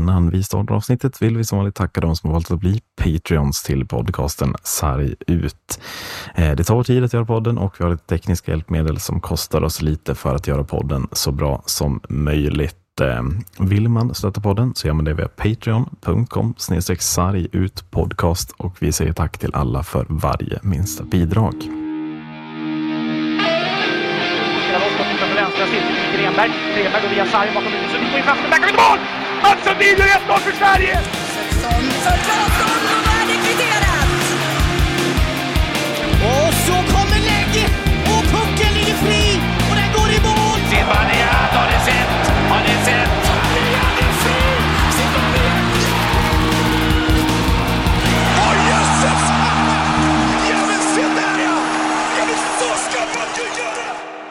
Innan vi startar avsnittet vill vi som vanligt tacka de som har valt att bli Patreons till podcasten Sarg ut. Det tar tid att göra podden och vi har lite tekniska hjälpmedel som kostar oss lite för att göra podden så bra som möjligt. Vill man stötta podden så gör man det via patreon.com/sargutpodcast och vi säger tack till alla för varje minsta bidrag. Grenberg går via sargen bakom huvudet, så vi går i fast, men där kan vi inte mål! Alltså blir det 1-0 för Sverige! För Claesson och där är det kvitterat! Och så kommer läge och pucken ligger fri och den går i mål! Zibanejad, har ni sett? Har ni sett? Zibanejad är fri! Zibanejad! Åh, jösses! Ja, men se där ja! Ja, men så ska man ju göra!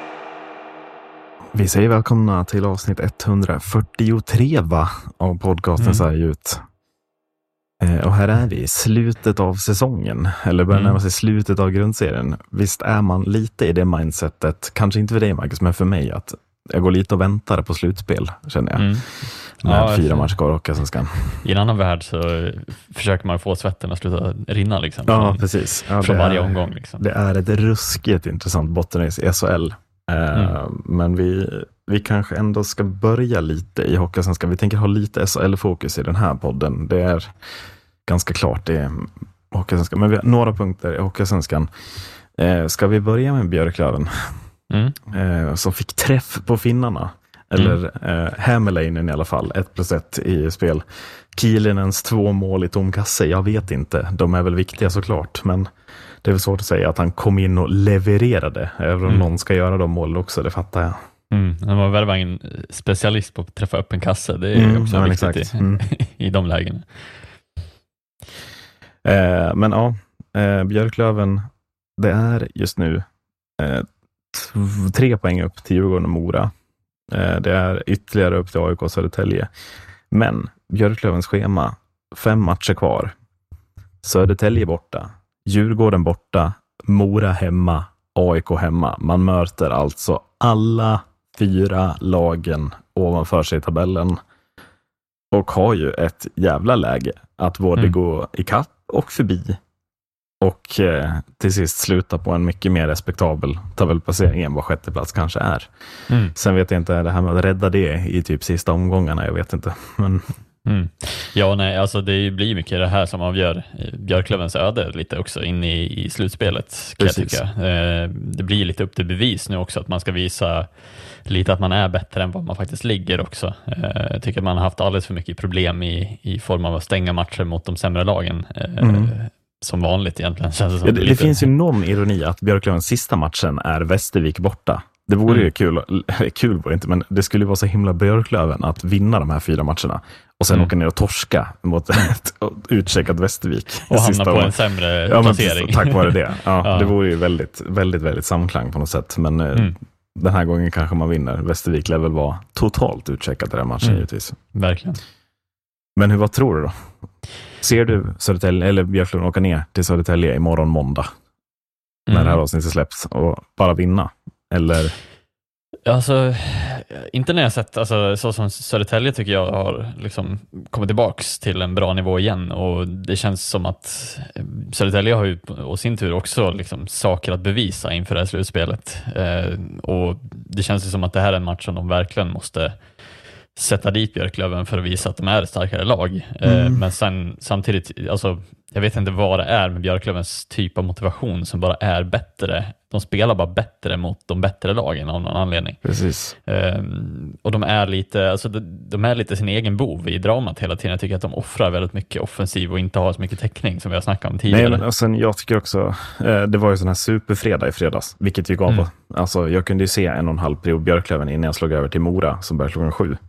Vi säger välkomna till avsnitt 143 av podcasten Sarg ut. Och här är vi i slutet av säsongen, eller börjar närma sig slutet av grundserien. Visst är man lite i det mindsetet, kanske inte för dig Marcus, men för mig, att jag går lite och väntar på slutspel, känner jag. Med 4 matcher kvar och sen. I en annan värld så försöker man få svetten att sluta rinna liksom. Ja, precis. Ja, från varje omgång liksom. Det är ett ruskigt intressant bottenrace i SHL. Men vi kanske ändå ska börja lite i Hockeyallsvenskan. Vi tänker ha lite SHL-fokus i den här podden. Det är ganska klart det är Hockeyallsvenskan. Men vi har några punkter i Hockeyallsvenskan. Ska vi börja med Björklöven? Som fick träff på finnarna. Eller Hämmerleinen i alla fall. 1+1 i spel. Kielinens 2 mål i tom kasse. Jag vet inte. De är väl viktiga såklart. Men det är väl svårt att säga att han kom in och levererade. Även om någon ska göra de målen också, det fattar jag. Han var väl en specialist på att träffa upp en kasse. Det är också viktigt i de lägena. Men ja, Björklöven, det är just nu 3 poäng upp till Djurgården och Mora. Det är ytterligare upp till AIK och Södertälje. Men Björklövens schema, 5 matcher kvar. Södertälje borta, Djurgården borta, Mora hemma, AIK hemma. Man möter alltså alla 4 lagen ovanför sig i tabellen och har ju ett jävla läge att både gå i kapp och förbi och till sist sluta på en mycket mer respektabel tabellplacering än vad 6:e plats kanske är. Sen vet jag inte, det här med att rädda det i typ sista omgångarna, jag vet inte, men Ja, nej, alltså det blir mycket det här som avgör Björklövens öde lite också in i slutspelet, kan jag tycka. Det blir lite upp till bevis nu också, att man ska visa lite att man är bättre än vad man faktiskt ligger också. Jag tycker att man har haft alldeles för mycket problem i form av att stänga matcher mot de sämre lagen. Som vanligt egentligen. Känns det, det finns ju någon ironi att Björklövens sista matchen är Västervik borta. Det vore ju kul var det inte, men det skulle vara så himla Björklöven att vinna de här 4 matcherna och sen åka ner och torska mot ett utcheckat Västervik. Och hamna på en sämre placering. Men, tack vare det. Ja. Det vore ju väldigt, väldigt, väldigt samklang på något sätt. Men den här gången kanske man vinner. Västervik lär väl vara totalt utcheckat i den matchen givetvis. Verkligen. Men vad tror du då? Ser du Södertälje eller Björklöven åka ner till Södertälje imorgon måndag när det här avsnittet släpps och bara vinna? Eller? Alltså, inte när jag sett, alltså, så som Södertälje tycker jag har liksom kommit tillbaks till en bra nivå igen, och det känns som att Södertälje har ju å sin tur också liksom saker att bevisa inför det här slutspelet, och det känns ju som att det här är en match som de verkligen måste sätta dit Björklöven för att visa att de är ett starkare lag. Men sen samtidigt, alltså, jag vet inte vad det är med Björklövens typ av motivation som bara är bättre. De spelar bara bättre mot de bättre lagen av någon anledning. Precis. Och de är lite sin egen bov i dramat hela tiden. Jag tycker att de offrar väldigt mycket offensiv och inte har så mycket täckning som vi har snackat om tidigare. Nej, men sen jag tycker också, det var ju sån här superfredag i fredags, vilket vi gav på. Alltså jag kunde ju se 1,5 period Björklöven innan jag slog över till Mora som började klockan 7.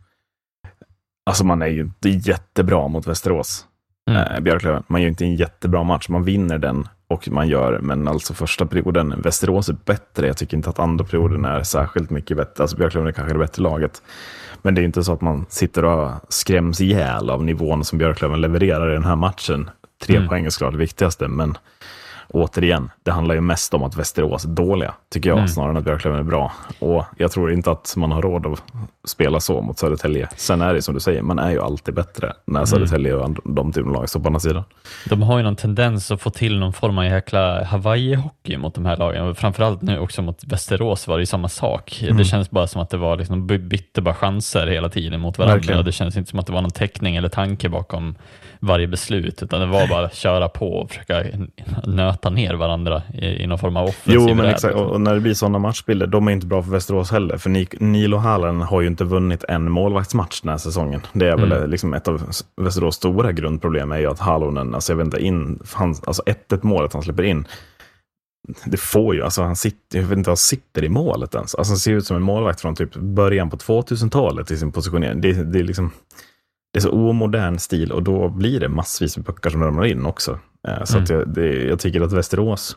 Alltså man är ju inte jättebra mot Västerås. Björklöven. Man gör inte en jättebra match. Man vinner den och man gör, men alltså första perioden, Västerås är bättre. Jag tycker inte att andra perioden är särskilt mycket bättre. Alltså Björklöven är kanske det bättre laget. Men det är inte så att man sitter och skräms ihjäl av nivån som Björklöven levererar i den här matchen. 3 poäng är såklart det viktigaste, men återigen, det handlar ju mest om att Västerås är dåliga, tycker jag, snarare än att Björklöven är bra. Och jag tror inte att man har råd att spela så mot Södertälje. Sen är det som du säger, man är ju alltid bättre när Södertälje och de typen av lag står på andra sidan. De har ju någon tendens att få till någon form av jäkla Hawaii-hockey mot de här lagen. Och framförallt nu också mot Västerås var det ju samma sak. Det känns bara som att det var liksom, bytte bara chanser hela tiden mot varandra. Verkligen. Och det känns inte som att det var någon teckning eller tanke bakom varje beslut, utan det var bara att köra på och försöka nöta ner varandra i någon form av offensiv. Jo, men exakt. Och när det blir sådana matchbilder, de är inte bra för Västerås heller. För Nilo Hallen har ju inte vunnit en målvaktsmatch den här säsongen. Det är väl liksom ett av Västerås stora grundproblem är ju att Halonen, alltså jag vet inte, alltså 1-1 målet han släpper in, det får ju, alltså jag vet inte vad han sitter i målet ens. Alltså han ser ut som en målvakt från typ början på 2000-talet i sin positionering. Det är liksom, det är så omodern stil och då blir det massvis med puckar som ramlar in också. Så att jag tycker att Västerås,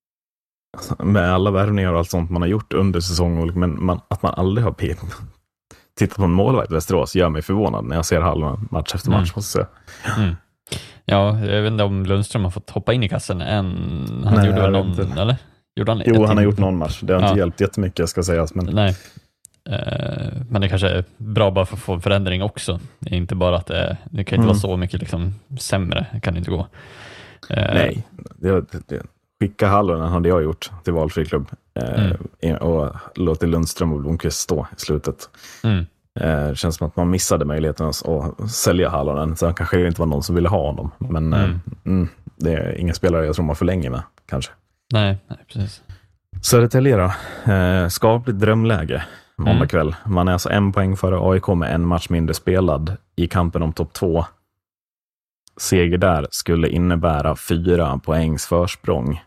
med alla värvningar och allt sånt man har gjort under säsongen, men att man aldrig har tittat på en målvakt Västerås gör mig förvånad när jag ser halva match efter match. Ja, jag vet inte om Lundström har fått hoppa in i kassen än. Han gjorde väl någon, eller? Gjorde han han har gjort någon match. Det har inte hjälpt jättemycket, ska sägas. Men... Nej. Men det kanske är bra bara för att få en förändring också. Det är inte bara att det kan inte vara så mycket liksom sämre, det kan inte gå. Nej, skicka Hallonen hade jag gjort till valfri klubb och låta Lundström och Blomqvist stå i slutet. Känns som att man missade möjligheten att sälja Hallonen. Sen kanske det inte var någon som ville ha honom, men det är ingen spelare jag tror man förlänger med, kanske. Nej, precis. Södertälje då, skapligt drömläge måndag kväll. Man är alltså 1 poäng före AIK med en match mindre spelad i kampen om topp 2. Seger där skulle innebära 4 poängs försprång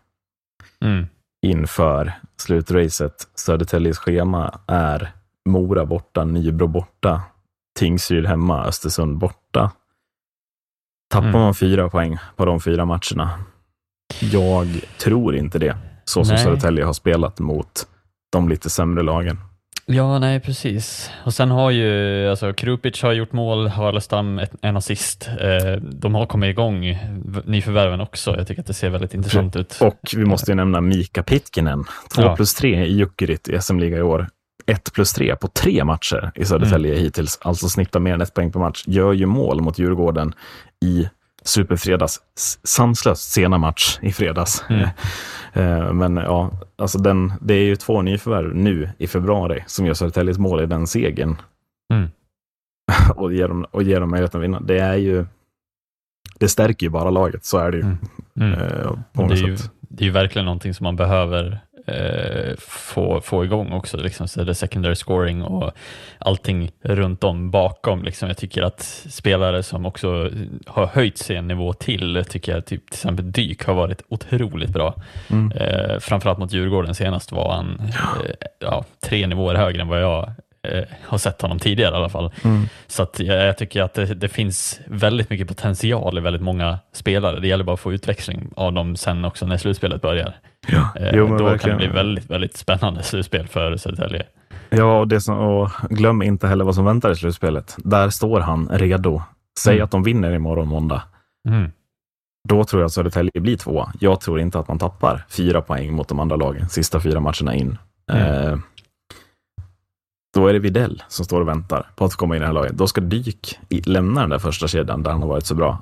inför slutracet. Södertäljes schema är Mora borta, Nybro borta, Tingsryd hemma, Östersund borta. Tappar man 4 poäng på de 4 matcherna? Jag tror inte det. Så som Södertälje har spelat mot de lite sämre lagen. Ja, nej, precis. Och sen har ju, alltså Krupic har gjort mål, Harlestam en assist. De har kommit igång, nyförvärven också. Jag tycker att det ser väldigt intressant ut. Och vi måste ju nämna Mika Pitkinen. 2+3 i Jukurit i SM-liga i år. 1+3 på 3 matcher i Södertälje hittills. Alltså snittar mer än 1 poäng per match. Gör ju mål mot Djurgården i Superfredags. Sanslöst sena match i fredags. Men ja, alltså det är ju 2 nyförvärv nu i februari som gör Södertäljes mål i den segern. Och ger dem möjligheten att vinna. Det är ju, det stärker ju bara laget, så är det ju. På många sätt. Det är ju verkligen någonting som man behöver få igång också, liksom, så det secondary scoring och allting runt om bakom, liksom. Jag tycker att spelare som också har höjt sig en nivå till, tycker jag typ till exempel Dyk har varit otroligt bra. Framförallt mot Djurgården senast var han 3 nivåer högre än vad jag har sett honom tidigare i alla fall. Så att jag tycker att det finns väldigt mycket potential i väldigt många spelare. Det gäller bara att få utväxling av dem sen också när slutspelet börjar. Då verkligen. Kan det bli väldigt, väldigt spännande slutspel för Södertälje. Ja, och glöm inte heller vad som väntar i slutspelet. Där står han redo. Säg att de vinner imorgon måndag. Då tror jag att Södertälje blir 2. Jag tror inte att man tappar 4 poäng mot de andra lagen sista 4 matcherna in. Då är det Videll som står och väntar på att komma in i det här laget. Då ska Dyk lämna den där första kedjan där han har varit så bra.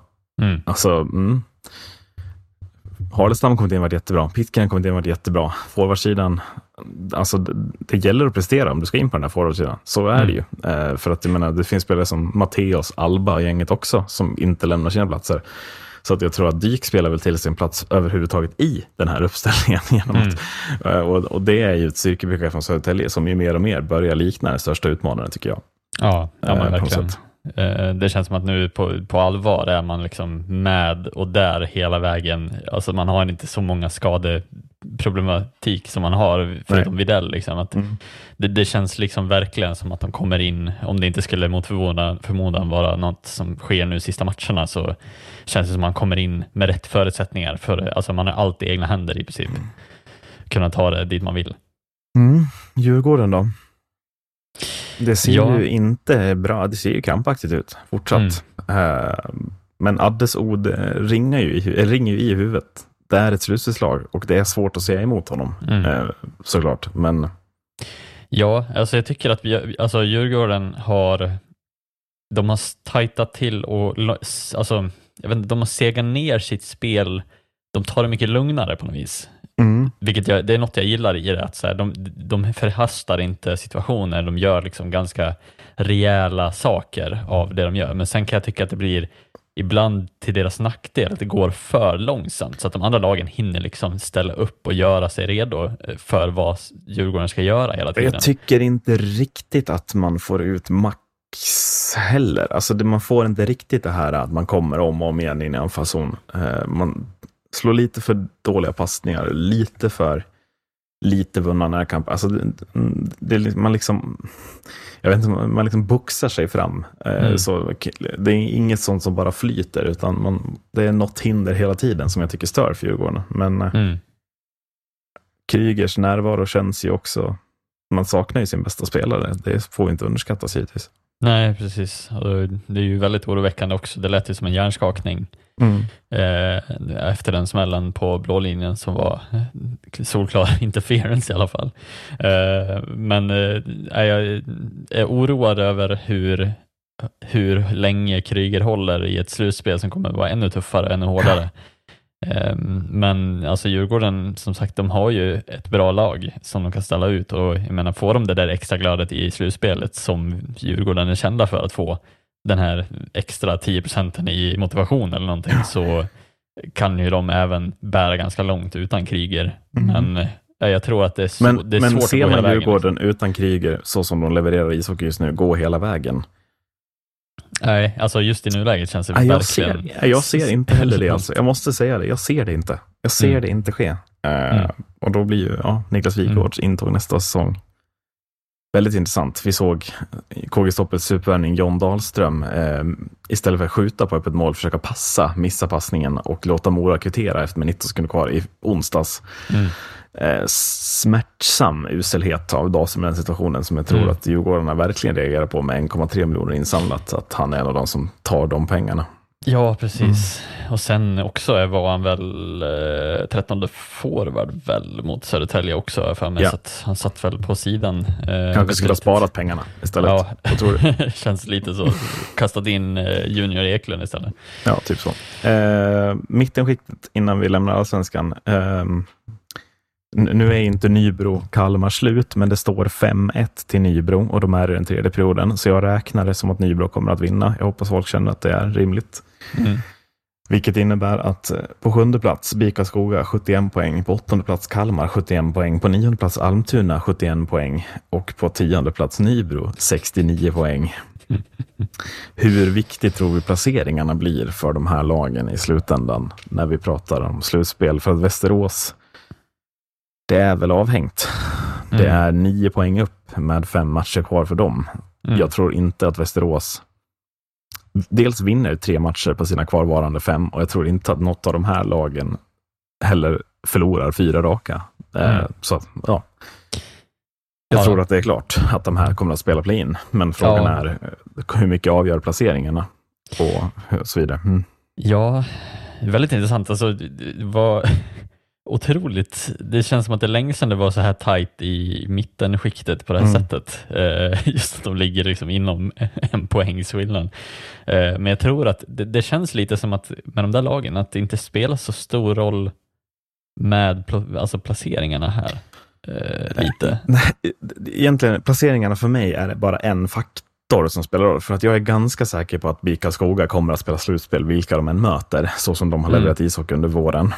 Harlestam kommer inte in varit jättebra. Pitken kommer inte in varit jättebra. Forwardsidan, alltså det gäller att prestera om du ska in på den här forwardsidan. Så är det ju. För att jag menar, det finns spelare som Matteus, Alba och gänget också som inte lämnar sina platser. Så att jag tror att Dyk spelar väl till sin plats överhuvudtaget i den här uppställningen. Genom att, och det är ju ett styrkebesked från Södertälje som ju mer och mer börjar likna den största utmanaren, tycker jag. Ja men verkligen. Det känns som att nu på allvar är man liksom med och där hela vägen. Alltså man har inte så många skadeproblematik som man har förutom Videll. Liksom. Att det känns liksom verkligen som att de kommer in, om det inte skulle mot förmodan vara något som sker nu sista matcherna, så känns det som att man kommer in med rätt förutsättningar. Alltså man har alltid egna händer i princip. Kunna ta det dit man vill. Djurgården då? Det ser ju inte bra, det ser ju krampaktigt ut fortsatt. Men Addes ord ringer ju i huvudet det är ett slutspelslag och det är svårt att säga emot honom, såklart. Men ja, alltså jag tycker att Djurgården har tajtat till och alltså, jag vet inte, de har segat ner sitt spel. De tar det mycket lugnare på något vis. Vilket det är något jag gillar i det, att så här, de förhastar inte situationer, de gör liksom ganska rejäla saker av det de gör, men sen kan jag tycka att det blir ibland till deras nackdel, att det går för långsamt så att de andra lagen hinner liksom ställa upp och göra sig redo för vad Djurgården ska göra hela tiden. Jag tycker inte riktigt att man får ut max heller. Alltså man får inte riktigt det här att man kommer om och om igen in i en fason. Man slår lite för dåliga passningar, lite för lite vunna närkamp. Alltså man liksom, jag vet inte, man liksom boxar sig fram. Så det är inget sånt som bara flyter, utan det är något hinder hela tiden som jag tycker stör för Djurgården. Men Krygers närvaro känns ju också, man saknar ju sin bästa spelare. Det får inte underskattas givetvis. Nej, precis. Det är ju väldigt oroväckande också. Det lät ju som en hjärnskakning efter den smällen på blå linjen som var solklar interference i alla fall. Men jag är oroad över hur länge Kryger håller i ett slutspel som kommer att vara ännu tuffare, ännu hårdare. Men alltså Djurgården, som sagt, de har ju ett bra lag som de kan ställa ut, och jag menar, får de det där extra glödet i slutspelet som Djurgården är kända för att få, den här extra 10% i motivation eller någonting, så kan ju de även bära ganska långt utan Kryger. Men jag tror att det är svårt att gå hela vägen. Men ser man Djurgården utan Kryger, så som de levererar ishockey just nu, gå hela vägen? Nej, alltså just i nuläget känns det verkligen... Jag ser inte heller det, alltså. Jag måste säga det, jag ser det inte. Jag ser det inte ske. Och då blir ju Niklas Wikgårds intåg nästa säsong väldigt intressant. Vi såg KG Stoppets supervärvning John Dahlström istället för att skjuta på öppet mål försöka missa passningen och låta Mora kvittera efter med 19 sekunder kvar i onsdags. Smärtsam uselhet av Dahlström i den situationen, som jag tror att Djurgårdarna verkligen reagerar på med 1,3 miljoner insamlat, att han är en av de som tar de pengarna. Ja, precis. Och sen också var han väl 13:e forward väl mot Södertälje också för mig, så att han satt väl på sidan. Kanske skulle ha sparat pengarna istället. Ja, jag tror det. Känns lite så. Kastat in Junior Eklund istället. Ja, typ så. Mittenskiktet innan vi lämnar Allsvenskan. Nu är inte Nybro Kalmar slut, men det står 5-1 till Nybro och de är i den tredje perioden, så jag räknar det som att Nybro kommer att vinna. Jag hoppas folk känner att det är rimligt. Vilket innebär att på 7:e plats BIK Karlskoga 71 poäng, på 8:e plats Kalmar 71 poäng, på 9:e plats Almtuna 71 poäng och på 10:e plats Nybro 69 poäng. Hur viktigt tror vi placeringarna blir för de här lagen i slutändan när vi pratar om slutspel? För att Västerås, det är väl avhängt. Det är 9 poäng upp med 5 matcher kvar för dem. Jag tror inte att Västerås dels vinner 3 matcher på sina kvarvarande 5, och jag tror inte att något av de här lagen heller förlorar 4 raka. Så ja. Jag tror att det är klart att de här kommer att spela play-in, men frågan är hur mycket avgör placeringarna och så vidare. Ja, väldigt intressant. Alltså, det var otroligt. Det känns som att det är länge sedan det var så här tajt i mittenskiktet på det här sättet. Just att de ligger liksom inom en poängsskillnad. Men jag tror att det känns lite som att med de där lagen att det inte spelar så stor roll med alltså placeringarna här. Lite. Egentligen, placeringarna för mig är bara en faktor som spelar roll, för att jag är ganska säker på att BIK Karlskoga kommer att spela slutspel vilka de än möter, så som de har levererat ishockey under våren.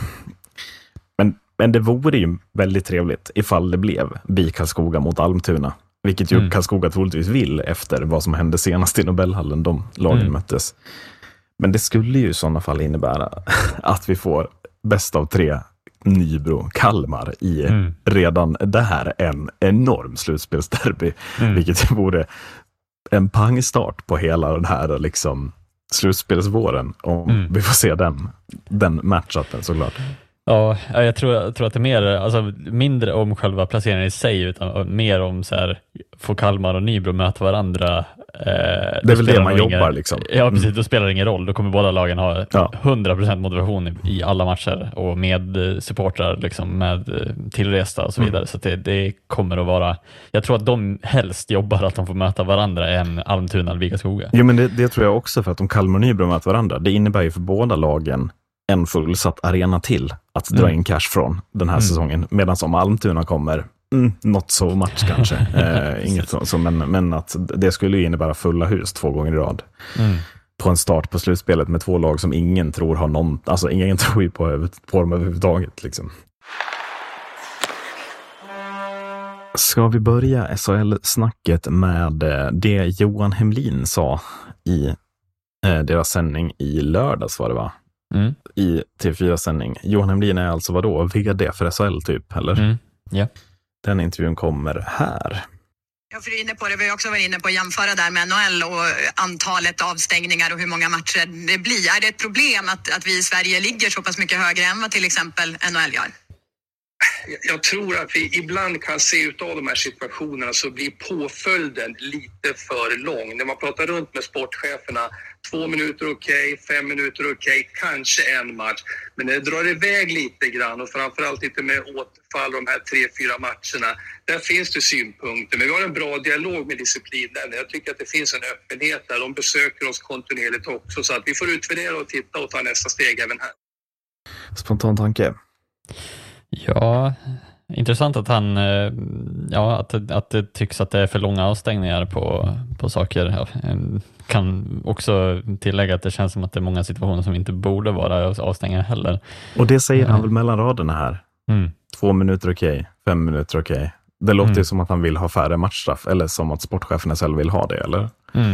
Men det vore ju väldigt trevligt ifall det blev BIK Karlskoga mot Almtuna, vilket ju Karlskoga troligtvis vill efter vad som hände senast i Nobelhallen, de lagen möttes. Men det skulle ju i sådana fall innebära att vi får bäst av 3 Nybro Kalmar i redan det här en enorm slutspelsderby, vilket vore en pangstart på hela den här liksom slutspelsvåren, om vi får se den matchupen såklart. Ja, jag tror att det är mer, alltså mindre om själva placeringen i sig, utan mer om så här, får Kalmar och Nybro möta varandra. Det är väl det man jobbar liksom. Ja, precis. Då spelar det ingen roll. Då kommer båda lagen ha 100% motivation i alla matcher och med supportrar liksom, med tillresta och så vidare. Så att det kommer att vara, jag tror att de helst jobbar att de får möta varandra än Almtuna och Vigaskoga. Jo, men det tror jag också, för att om Kalmar och Nybro möter varandra, det innebär ju för båda lagen en fullsatt arena till att dra in cash från den här säsongen. Medan om Almtuna kommer, not so much kanske. Inget så, men att det skulle ju innebära fulla hus 2 gånger i rad. På en start på slutspelet med 2 lag som ingen tror har någon, alltså ingen tror ju på dem överhuvudtaget liksom. Ska vi börja SHL-snacket med det Johan Hemlin sa i deras sändning i lördags, var det va? I TV4-sändning. Johan Hemlin är alltså vadå? VD för SHL typ, eller? Ja. Den intervjun kommer här. Ja, för du är inne på det. Vi har också varit inne på att jämföra där med NHL och antalet avstängningar och hur många matcher det blir. Är det ett problem att vi i Sverige ligger så pass mycket högre än vad till exempel NHL gör? Jag tror att vi ibland kan se ut av de här situationerna så blir påföljden lite för lång. När man pratar runt med sportcheferna, 2 minuter okej, 5 minuter okej, kanske en match. Men när det drar iväg lite grann och framförallt inte med återfall de här 3-4 matcherna, där finns det synpunkter. Men vi har en bra dialog med disciplinen. Jag tycker att det finns en öppenhet där. De besöker oss kontinuerligt också, så att vi får utvärdera och titta och ta nästa steg även här. Spontan tanke. Ja, intressant att han, att det tycks att det är för långa avstängningar på saker. Ja, kan också tillägga att det känns som att det är många situationer som inte borde vara avstängningar heller. Och det säger han väl mellan raderna här. 2 minuter okej, 5 minuter okej. Det låter ju som att han vill ha färre matchstraff, eller som att sportcheferna själv vill ha det, eller?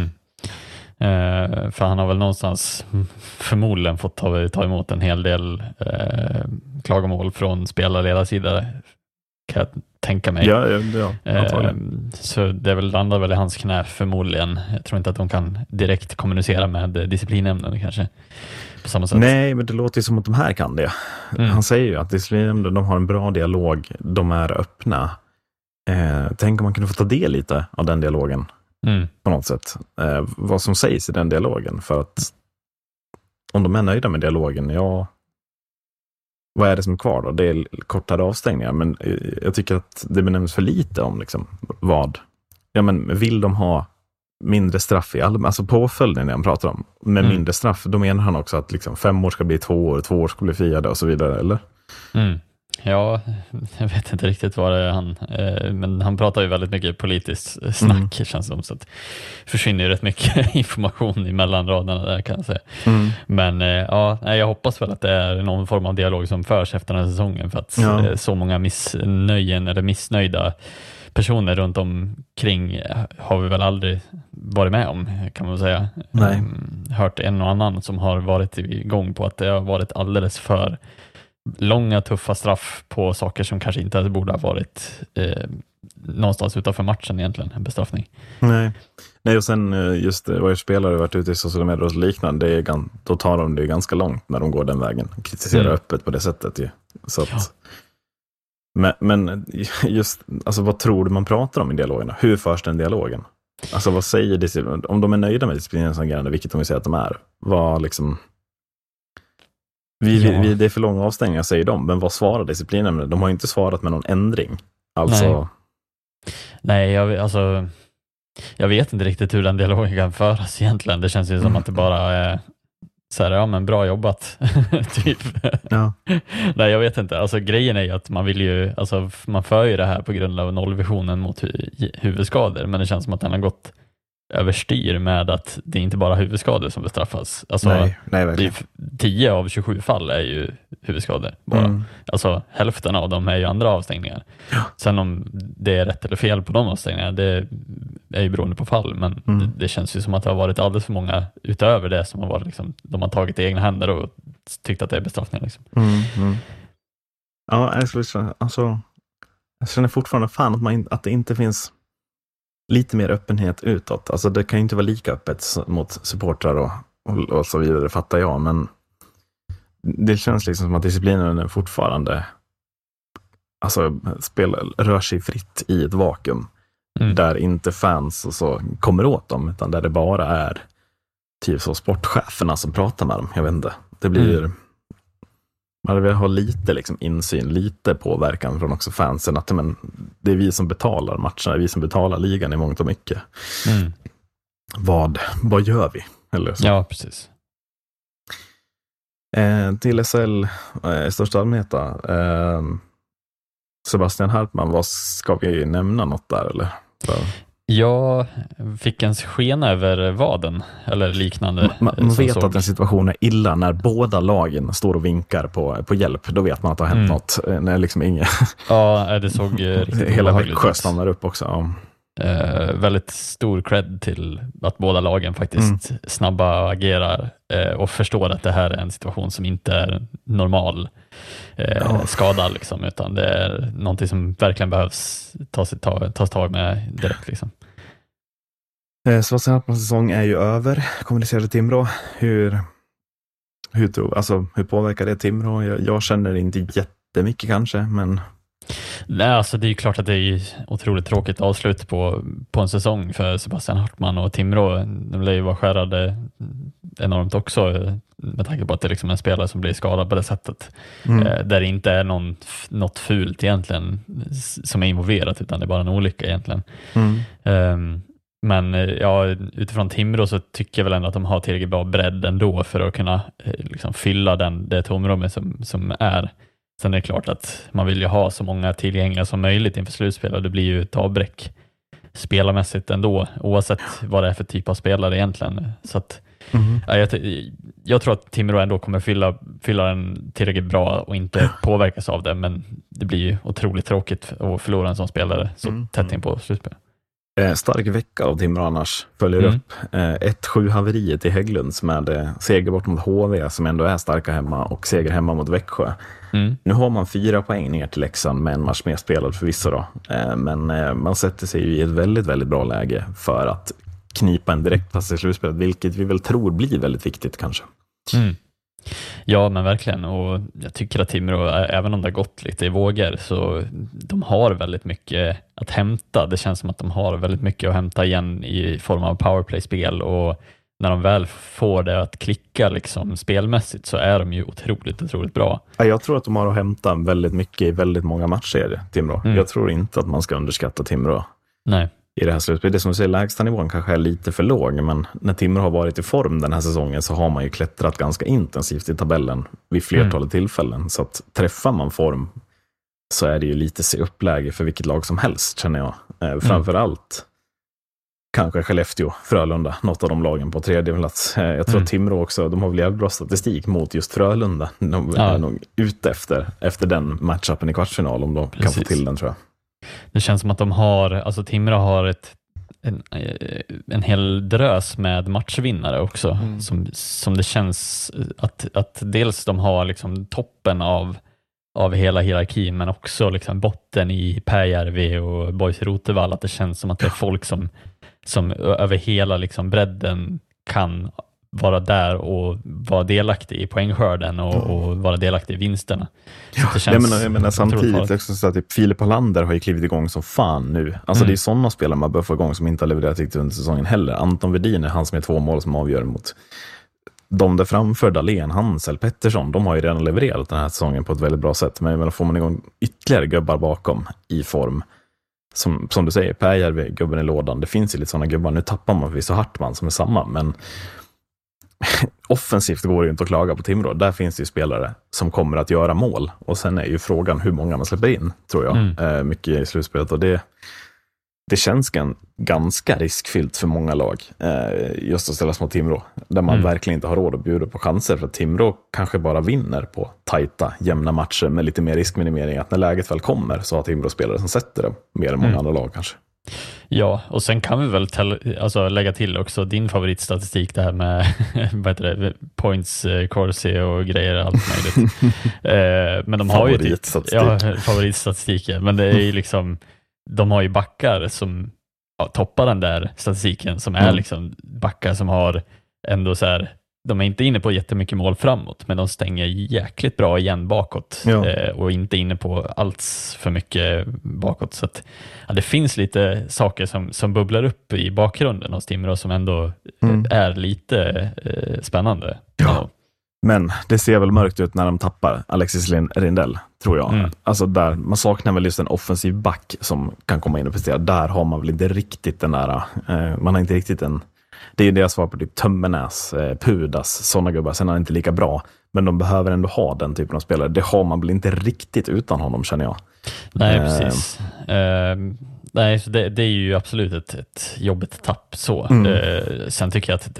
För han har väl någonstans förmodligen fått ta emot en hel del klagomål från spelarledarsidan, kan jag tänka mig. Ja, så det landar väl i hans knä förmodligen. Jag tror inte att de kan direkt kommunicera med disciplinämnen kanske på samma sätt. Nej, men det låter ju som att de här kan det. Han säger ju att disciplinämnden, de har en bra dialog, de är öppna. Tänk om man kunde få ta del lite av den dialogen. På något sätt. Vad som sägs i den dialogen, för att om de är nöjda med dialogen, vad är det som är kvar då? Det är kortare avstängningar, men jag tycker att det benämns för lite om liksom vad. Ja, men vill de ha mindre straff i alltså påföljden när han pratar om med mindre straff, då menar han också att liksom 5 år ska bli 2 år, 2 år ska bli friade och så vidare, eller? Ja, jag vet inte riktigt vad det är han, men han pratar ju väldigt mycket politiskt snack, känns det som, så att försvinner ju rätt mycket information i mellanraderna där, kan jag säga. Men jag hoppas väl att det är någon form av dialog som förs efter den här säsongen, för att så många missnöjda personer runt omkring har vi väl aldrig varit med om, kan man säga. Nej. Hört en och annan som har varit igång på att det har varit alldeles för långa tuffa straff på saker som kanske inte borde ha varit någonstans utanför matchen egentligen, en bestraffning. Nej, och sen just vad spelare varit ute i sociala medier och liknande, då tar de det ganska långt när de går den vägen. Kritiserar öppet på det sättet ju. Så att, men just, alltså vad tror du man pratar om i dialogerna? Hur förs den dialogen? Alltså vad säger disciplinen? Om de är nöjda med disciplinens agerande, vilket de vill säga att de är, vad liksom... Det är för långa avstängningar, säger de. Men vad svarar disciplinen? De har ju inte svarat med någon ändring. Alltså... Nej, jag vet inte riktigt hur den dialogen kan föras egentligen. Det känns ju som att det bara är så här, ja men bra jobbat typ. Ja. Nej, jag vet inte. Alltså grejen är ju att man vill ju, alltså man för ju det här på grund av nollvisionen mot huvudskador, men det känns som att den har gått överstyr med att det är inte bara huvudskador som bestraffas. Alltså, nej, verkligen. 10 av 27 fall är ju huvudskador bara. Alltså hälften av dem är ju andra avstängningar. Ja. Sen om det är rätt eller fel på de avstängningarna, det är ju beroende på fall, men det känns ju som att det har varit alldeles för många utöver det som har varit liksom, de har tagit i egna händer och tyckt att det är bestraffning liksom. Ja, jag känner fortfarande att det inte finns lite mer öppenhet utåt. Alltså det kan ju inte vara lika öppet mot supportrar och så vidare, fattar jag. Men det känns liksom som att disciplinen är fortfarande rör sig fritt i ett vakuum där inte fans och så kommer åt dem, utan där det bara är typ så sportcheferna som pratar med dem. Jag vet inte. Det blir man vill ha lite liksom insyn, lite påverkan från också fansen, att men det är vi som betalar matcherna, vi som betalar ligan i mångt och mycket. Vad gör vi? Eller så. Ja, precis. Till SHL största allmänhet, Sebastian Hartman, vad ska vi nämna något där eller? Jag fick en skena över vaden eller liknande. Man vet att en situation är illa när båda lagen står och vinkar på hjälp. Då vet man att det har hänt något. När liksom inget Ja, det såg riktigt hela Växjö stannar upp också. Ja. Väldigt stor cred till att båda lagen faktiskt snabba agerar och förstår att det här är en situation som inte är normal skada liksom, utan det är någonting som verkligen behövs tas tag med direkt liksom. Sebastian Hartmans säsong är ju över, kommunicerade Timrå. Hur påverkar det Timrå? Jag känner inte jättemycket kanske, men Nej, alltså det är ju klart att det är otroligt tråkigt avslut på en säsong för Sebastian Hartman och Timrå. De lär ju vara skärrade enormt också med tanke på att det är liksom en spelare som blir skadad på det sättet. Där det inte är något fult egentligen som är involverat, utan det är bara en olycka egentligen. Men ja, utifrån Timrå så tycker jag väl ändå att de har tillräckligt bra bredd ändå för att kunna liksom fylla det tomrummet som är. Sen är det klart att man vill ju ha så många tillgängliga som möjligt inför slutspel, och det blir ju ett avbräck spelarmässigt ändå, oavsett vad det är för typ av spelare egentligen. Så att, jag tror att Timrå ändå kommer fylla den tillräckligt bra och inte påverkas av det, men det blir ju otroligt tråkigt att förlora en sån spelare så tätt in på slutspel. Stark vecka av Timrå annars följer upp 1-7-haveriet i Hägglunds med seger bort mot HV som ändå är starka hemma och seger hemma mot Växjö. Nu har man 4 poäng ner till Leksand med en match mer spelad förvisso då. Men man sätter sig ju i ett väldigt, väldigt bra läge för att knipa en direktplats i slutspelet, vilket vi väl tror blir väldigt viktigt kanske. Ja, men verkligen, och jag tycker att Timrå, även om det har gått lite i vågor, så de har väldigt mycket att hämta. Det känns som att de har väldigt mycket att hämta igen i form av powerplay-spel, och när de väl får det att klicka liksom spelmässigt så är de ju otroligt bra. Jag tror att de har att hämta väldigt mycket i väldigt många matcher, Timrå. Jag tror inte att man ska underskatta Timrå. Nej. I det här slutspelet. Det som du säger, lägsta nivån kanske är lite för låg, men när Timrå har varit i form den här säsongen så har man ju klättrat ganska intensivt i tabellen vid flertalet tillfällen. Så att träffar man form så är det ju lite se uppläge för vilket lag som helst, känner jag. Framförallt kanske Skellefteå, Frölunda, något av de lagen på tredje plats. Jag tror att Timrå också, de har väl jävligt bra statistik mot just Frölunda. De är nog ute efter den matchupen i kvartsfinal, om de kan få till den, tror jag. Det känns som att de har, alltså Timrå har en hel drös med matchvinnare också, som det känns att dels de har liksom toppen av hela hierarkin, men också liksom botten i Pääjärvi och Boys Rotevall, att det känns som att det är folk som över hela liksom bredden kan vara där och vara delaktig i poängskörden och vara delaktig i vinsterna. Så det känns, jag menar samtidigt också så att typ Filip Hallander har ju klivit igång som fan nu. Alltså det är sådana spelare man bör få igång som inte har levererat riktigt under säsongen heller. Anton Wedin är han som är 2 mål som avgör mot de där framför, Dahlén, Hansel, Pettersson. De har ju redan levererat den här säsongen på ett väldigt bra sätt. Men jag menar, får man igång ytterligare gubbar bakom i form, som du säger, Pääjärvi, gubben i lådan. Det finns ju lite sådana gubbar. Nu tappar man förvisso Hartman som är samma, men offensivt går det ju inte att klaga på Timrå. Där finns det ju spelare som kommer att göra mål. Och sen är ju frågan hur många man släpper in, tror jag. Mycket i slutspelet. Och det känns ganska riskfyllt för många lag just att ställas mot Timrå. Där man verkligen inte har råd att bjuda på chanser. För att Timrå kanske bara vinner på tajta, jämna matcher med lite mer riskminimering. Att när läget väl kommer så har Timrå spelare som sätter det mer än många andra lag kanske. Ja, och sen kan vi väl lägga till också din favoritstatistik, det här med vad heter det, points, corsi och grejer, allt möjligt. Men de har ju favoritstatistiken, men det är ju liksom, de har ju backar som toppar den där statistiken, som är liksom backar som har ändå så här de är inte inne på jättemycket mål framåt, men de stänger jäkligt bra igen bakåt och inte inne på alls för mycket bakåt. Så att, det finns lite saker som bubblar upp i bakgrunden hos Timrå som ändå är lite spännande. Ja. Men det ser väl mörkt ut när de tappar Alexis Rindell, tror jag. Alltså där, man saknar väl just en offensiv back som kan komma in och prestera. Där har man väl inte riktigt den där, man har inte riktigt en, det är ju deras svar på typ Tömmernes, Pudas, sådana gubbar. Sen är han inte lika bra, men de behöver ändå ha den typen av spelare. Det har man väl inte riktigt utan honom, känner jag. Nej, precis. Nej, så det är ju absolut ett jobbigt tapp så. Sen tycker jag att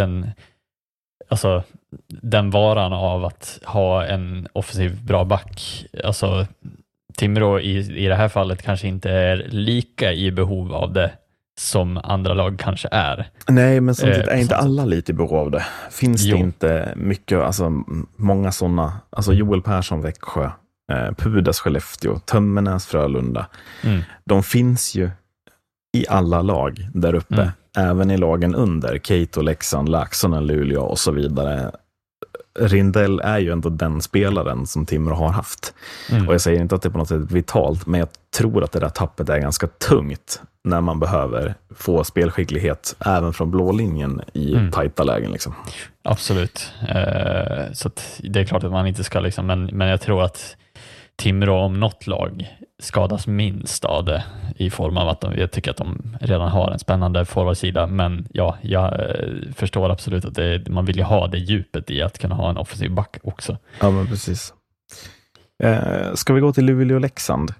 den varan av att ha en offensiv bra back, alltså Timrå i det här fallet kanske inte är lika i behov av det som andra lag kanske är. Nej, men samtidigt är inte alla lite i behov av det. Finns det inte mycket, alltså många sådana, alltså Joel Persson, Växjö, Pudas, Skellefteå, Tömmernes, Frölunda. De finns ju i alla lag där uppe, även i lagen under, Keito, Leksand, Laxonen, Luleå och så vidare. Rindell är ju ändå den spelaren som Timrå har haft. Och jag säger inte att det är på något sätt vitalt, men jag tror att det där tappet är ganska tungt när man behöver få spelskicklighet även från blå linjen i tajta lägen. Liksom. Absolut. Så att det är klart att man inte ska liksom, men jag tror att Timrå, om något lag, skadas minst av det i form av att jag tycker att de redan har en spännande forwardsida, men ja, jag förstår absolut att man vill ju ha det djupet i att kunna ha en offensiv back också. Ja, men precis. Ska vi gå till Luleå och Leksand?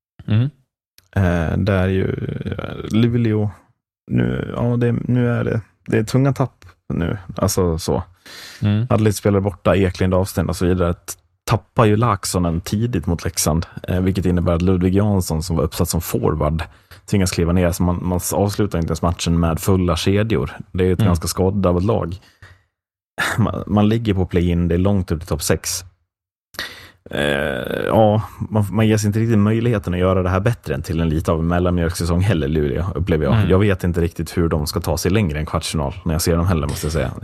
Där ju Luleå nu är det är tunga tapp nu, alltså så. Hade lite spelare borta, Eklind avstängd och så vidare. Tappar ju Laxonen tidigt mot Leksand, vilket innebär att Ludvig Jansson, som var uppsatt som forward, tvingas kliva ner, så man avslutar inte ens matchen med fulla kedjor. Det är ett ganska skadat lag. Man ligger på play-in, det är långt upp till topp 6. Man ges inte riktigt möjligheten att göra det här bättre än till en lite av en mellanmjölksäsong heller, Luleå, upplever jag. Jag vet inte riktigt hur de ska ta sig längre än kvartsfinal när jag ser dem heller, måste jag säga.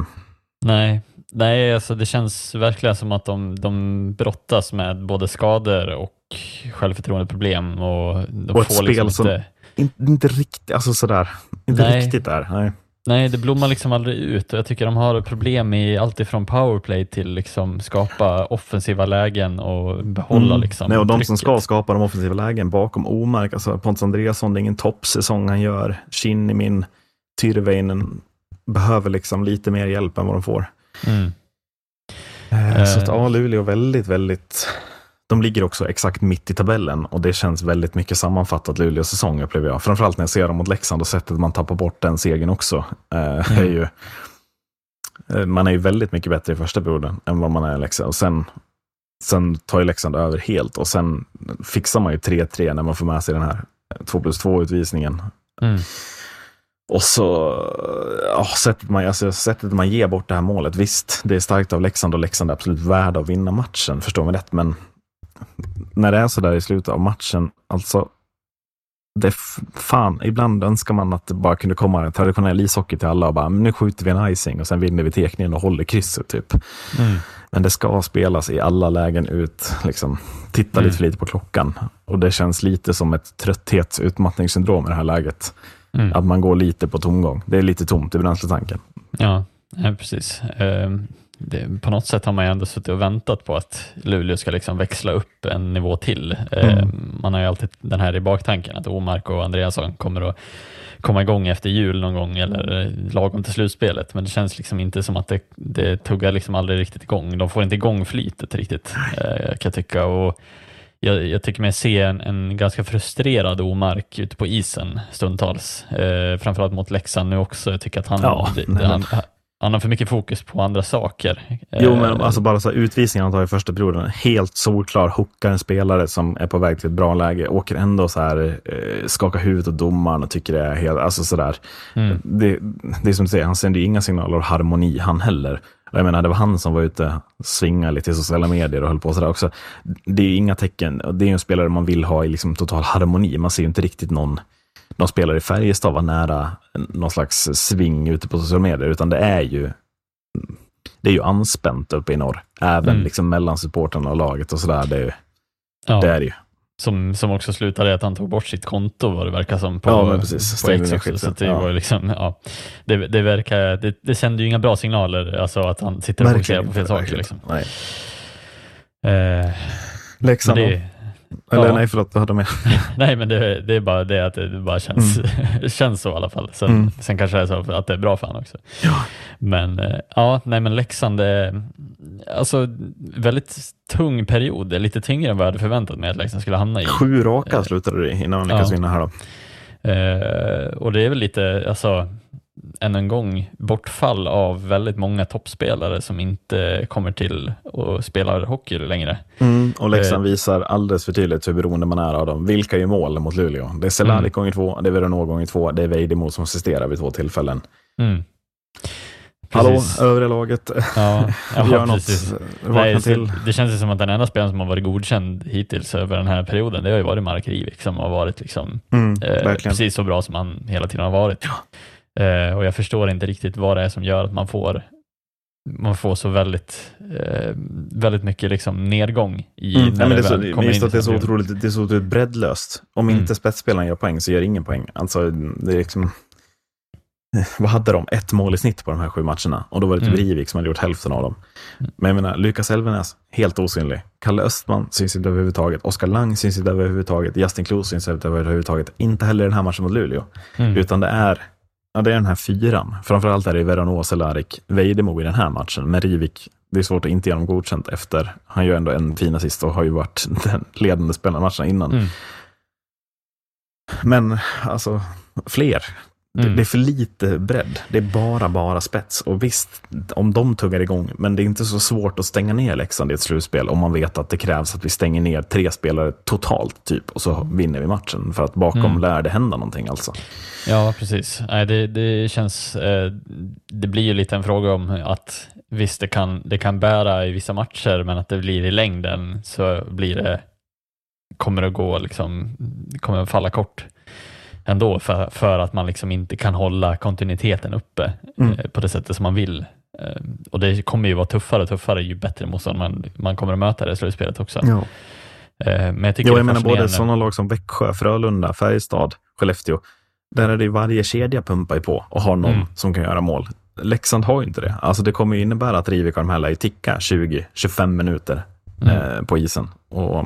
Nej, alltså det känns verkligen som att de brottas med både skador och självförtroendeproblem och de och får ett spel liksom som inte riktigt, alltså sådär, inte riktigt där. Nej, det blommar liksom aldrig ut, och jag tycker de har problem i allt ifrån powerplay till liksom skapa offensiva lägen och behålla liksom. Nej, och de trycket som ska skapa de offensiva lägen bakom Omark, alltså Pontus Andreasson, det är ingen toppsäsong han gör. Kinnimin, Tyrväinen behöver liksom lite mer hjälp än vad de får. Så att Luleå väldigt, väldigt, de ligger också exakt mitt i tabellen, och det känns väldigt mycket sammanfattat Luleås säsong, upplever jag. Framförallt när jag ser dem mot Leksand och sättet man tappar bort den segern också. Är ju, man är ju väldigt mycket bättre i första perioden än vad man är i Leksand, och sen tar ju Leksand över helt, och sen fixar man ju 3-3 när man får med sig den här 2+2 utvisningen. Och så sättet man ger bort det här målet, visst, det är starkt av Leksand, och Leksand är absolut värda att vinna matchen, förstår mig rätt, men när det är så där i slutet av matchen, alltså det fan, ibland önskar man att det bara kunde komma en traditionell ishockey till alla och bara, nu skjuter vi en icing och sen vinner vi tekningen och håller krysset typ. Men det ska spelas i alla lägen ut, liksom, titta lite för lite på klockan, och det känns lite som ett trötthetsutmattningssyndrom i det här läget. Att man går lite på tomgång. Det är lite tomt i bränsletanken. Ja, precis. På något sätt har man ju ändå suttit och väntat på att Luleå ska liksom växla upp en nivå till. Man har ju alltid den här i baktanken att Omark och Andreasson kommer att komma igång efter jul någon gång, eller lagom till slutspelet, men det känns liksom inte som att det tuggar liksom aldrig riktigt igång. De får inte igång flytet riktigt, kan jag tycka, och jag tycker mig se en ganska frustrerad Omark ute på isen stundtals. Framförallt mot Leksand nu också. Jag tycker att han har för mycket fokus på andra saker. Jo, men alltså bara så utvisningen han tar i första perioden, helt solklar, hookar en spelare som är på väg till ett bra läge, åker ändå så här, skakar huvudet och domaren och tycker det är helt, alltså sådär. Det är som du säger, han sänder ju inga signaler av harmoni han heller. Jag menar, det var han som var ute och svingade lite i sociala medier och höll på sådär också. Det är ju inga tecken, det är ju en spelare man vill ha i liksom total harmoni. Man ser ju inte riktigt någon spelare i Färjestad var nära någon slags sving ute på sociala medier, utan det är ju det är ju anspänt uppe i norr. Även liksom mellan supporterna och laget och sådär. Det är det ju. Som också slutade att han tog bort sitt konto, vad det verkar som, på X också. Så det var liksom, det verkar, det sänder ju inga bra signaler, alltså att han sitter och fokuserar på fel saker liksom. Nej. Leksand eller nej, förlåt, vad hade de med? Nej, men det är bara det att det bara känns så i alla fall. Sen kanske det är så att det är bra för han också. Ja. Men men Leksand är alltså väldigt tung period. Det är lite tyngre än vad jag hade förväntat mig att Leksand skulle hamna i. 7 raka slutade det innan man lyckas vinna här då. Och det är väl lite, alltså, än en gång bortfall av väldigt många toppspelare som inte kommer till och spelar hockey längre. Och Leksand visar alldeles för tydligt hur beroende man är av dem. Vilka är mål mot Luleå? Det är Cehlarik gånger 2, det är Veronneau gånger 2, det är Vejdemo som assisterar vid 2 tillfällen. Hallå, övre laget. Gör något. Nej, till. Det känns som att den enda spelaren som har varit godkänd hittills över den här perioden, det har ju varit Mark Rivik, som har varit liksom, precis så bra som han hela tiden har varit. Och jag förstår inte riktigt vad det är som gör att man får så väldigt mycket liksom nedgång i när det väl kommer in. Det är så otroligt breddlöst. Om inte spetsspelaren gör poäng så gör ingen poäng. Alltså det är liksom, vad hade de? 1 mål i snitt på de här 7 matcherna. Och då var det typ Rivik som hade gjort hälften av dem. Men jag menar, Lukas Elvenäs, helt osynlig. Kalle Östman syns inte överhuvudtaget. Oskar Lang syns inte överhuvudtaget. Justin Kloos syns inte överhuvudtaget. Inte heller i den här matchen mot Luleå. Utan det är den här 4. Framförallt är det Veronneau, Cehlarik, Vejdemo i den här matchen. Men Rivik, det är svårt att inte göra dem godkänt efter. Han gör ändå en fin assist och har ju varit den ledande spelaren matchen innan. Men alltså, fler. Det är för lite bredd. Det är bara spets. Och visst, om de tuggar igång, men det är inte så svårt att stänga ner Leksand i ett slutspel om man vet att det krävs att vi stänger ner 3 spelare totalt typ, och så vinner vi matchen, för att bakom lär det hända någonting alltså. Ja, precis. Nej, det känns, det blir ju lite en fråga om att visst, det kan bära i vissa matcher, men att det blir i längden så kommer det gå liksom, kommer att falla kort ändå, för att man liksom inte kan hålla kontinuiteten uppe på det sättet som man vill. Och det kommer ju vara tuffare och tuffare ju bättre motstånd man kommer att möta det i slutspelet också. Ja. Men jag menar både sådana lag som Växjö, Frölunda, Färjestad, Skellefteå, där är det varje kedja pumpar på och har någon som kan göra mål. Leksand har ju inte det. Alltså det kommer ju innebära att Rivik och de här lär ticka 20-25 minuter på isen. Och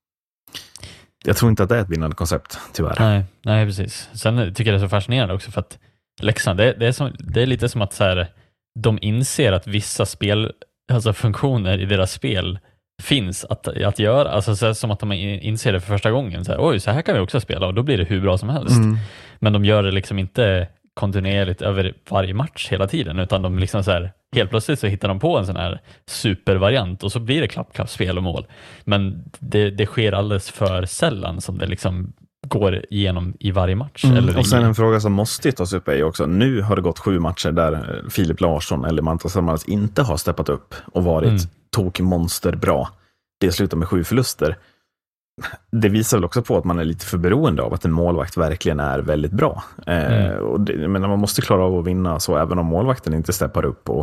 jag tror inte att det är ett vinnande koncept, tyvärr. Nej, precis. Sen tycker jag det är så fascinerande också, för att Leksand, det är lite som att så här, de inser att vissa funktioner i deras spel finns att göra. Alltså så som att de inser det för första gången. Så här, oj, så här kan vi också spela, och då blir det hur bra som helst. Men de gör det liksom inte kontinuerligt över varje match hela tiden, utan de liksom så här, helt plötsligt så hittar de på en sån här supervariant och så blir det klapp, spel och mål. Men det sker alldeles för sällan som det liksom går igenom i varje match. Och sen en fråga som måste tas upp är också, nu har det gått 7 matcher där Filip Larsson eller Mantas Samaras inte har steppat upp och varit tokmonster bra. Det slutar med 7 förluster. Det visar väl också på att man är lite för beroende av att en målvakt verkligen är väldigt bra. Men man måste klara av att vinna, så även om målvakten inte steppar upp och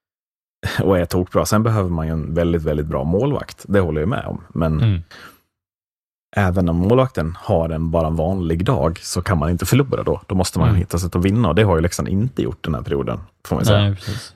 är tokbra. Sen behöver man ju en väldigt, väldigt bra målvakt. Det håller jag med om. Men även om målvakten har bara en vanlig dag, så kan man inte förlora då. Då måste man hitta sätt att vinna, och det har ju Leksand inte gjort den här perioden, får man säga. Nej, precis.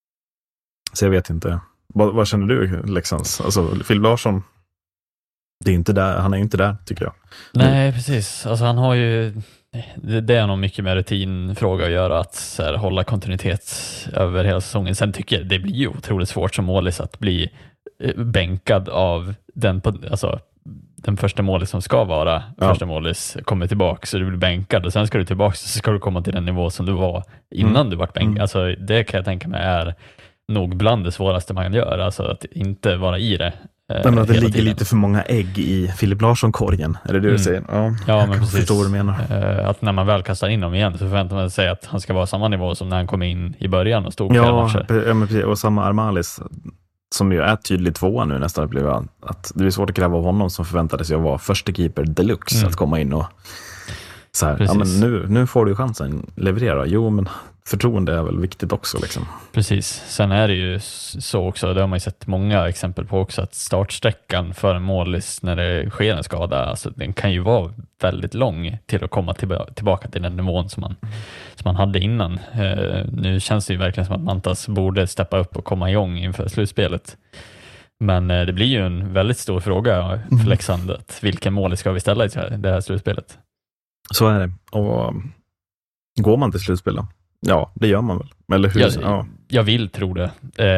Så jag vet inte. Vad känner du, Leksands? Alltså, Filip Larsson, det är inte där, han är ju inte där, tycker jag. Nej, precis. Alltså han har ju, det är nog mycket med rutinfråga att göra, att så här, hålla kontinuitet över hela säsongen. Sen tycker jag det blir ju otroligt svårt som målis att bli bänkad av den första målis som ska vara första målis, kommer tillbaka, så du blir bänkad, och sen ska du tillbaka, så ska du komma till den nivå som du var innan du vart bänkad. Alltså det kan jag tänka mig är nog bland det svåraste man kan göra, alltså att inte vara i det. Men att det ligger lite för många ägg i Filip Larsson-korgen, är det du säger? Ja, men precis. Förstår vad du menar. Att när man väl kastar in dem igen, så förväntar man sig att han ska vara samma nivå som när han kom in i början och stod flera matcher. Ja, men precis. Och samma Armalis, som ju är tydligt 2 nu nästan, blev att det blir svårt att kräva av honom som förväntades jag vara första keeper deluxe att komma in och så här, men nu får du chansen leverera. Jo, men förtroende är väl viktigt också liksom. Precis. Sen är det ju så också, det har man ju sett många exempel på också, att startsträckan för en målis när det sker en skada, alltså den kan ju vara väldigt lång till att komma tillbaka till den nivån som man hade innan. Nu känns det ju verkligen som att Mantas borde steppa upp och komma igång inför slutspelet. Men det blir ju en väldigt stor fråga för Leksand, att vilken mål ska vi ställa i det här slutspelet? Så är det. Och går man till slutspel då? Ja, det gör man väl. Eller hur? Jag vill tro det.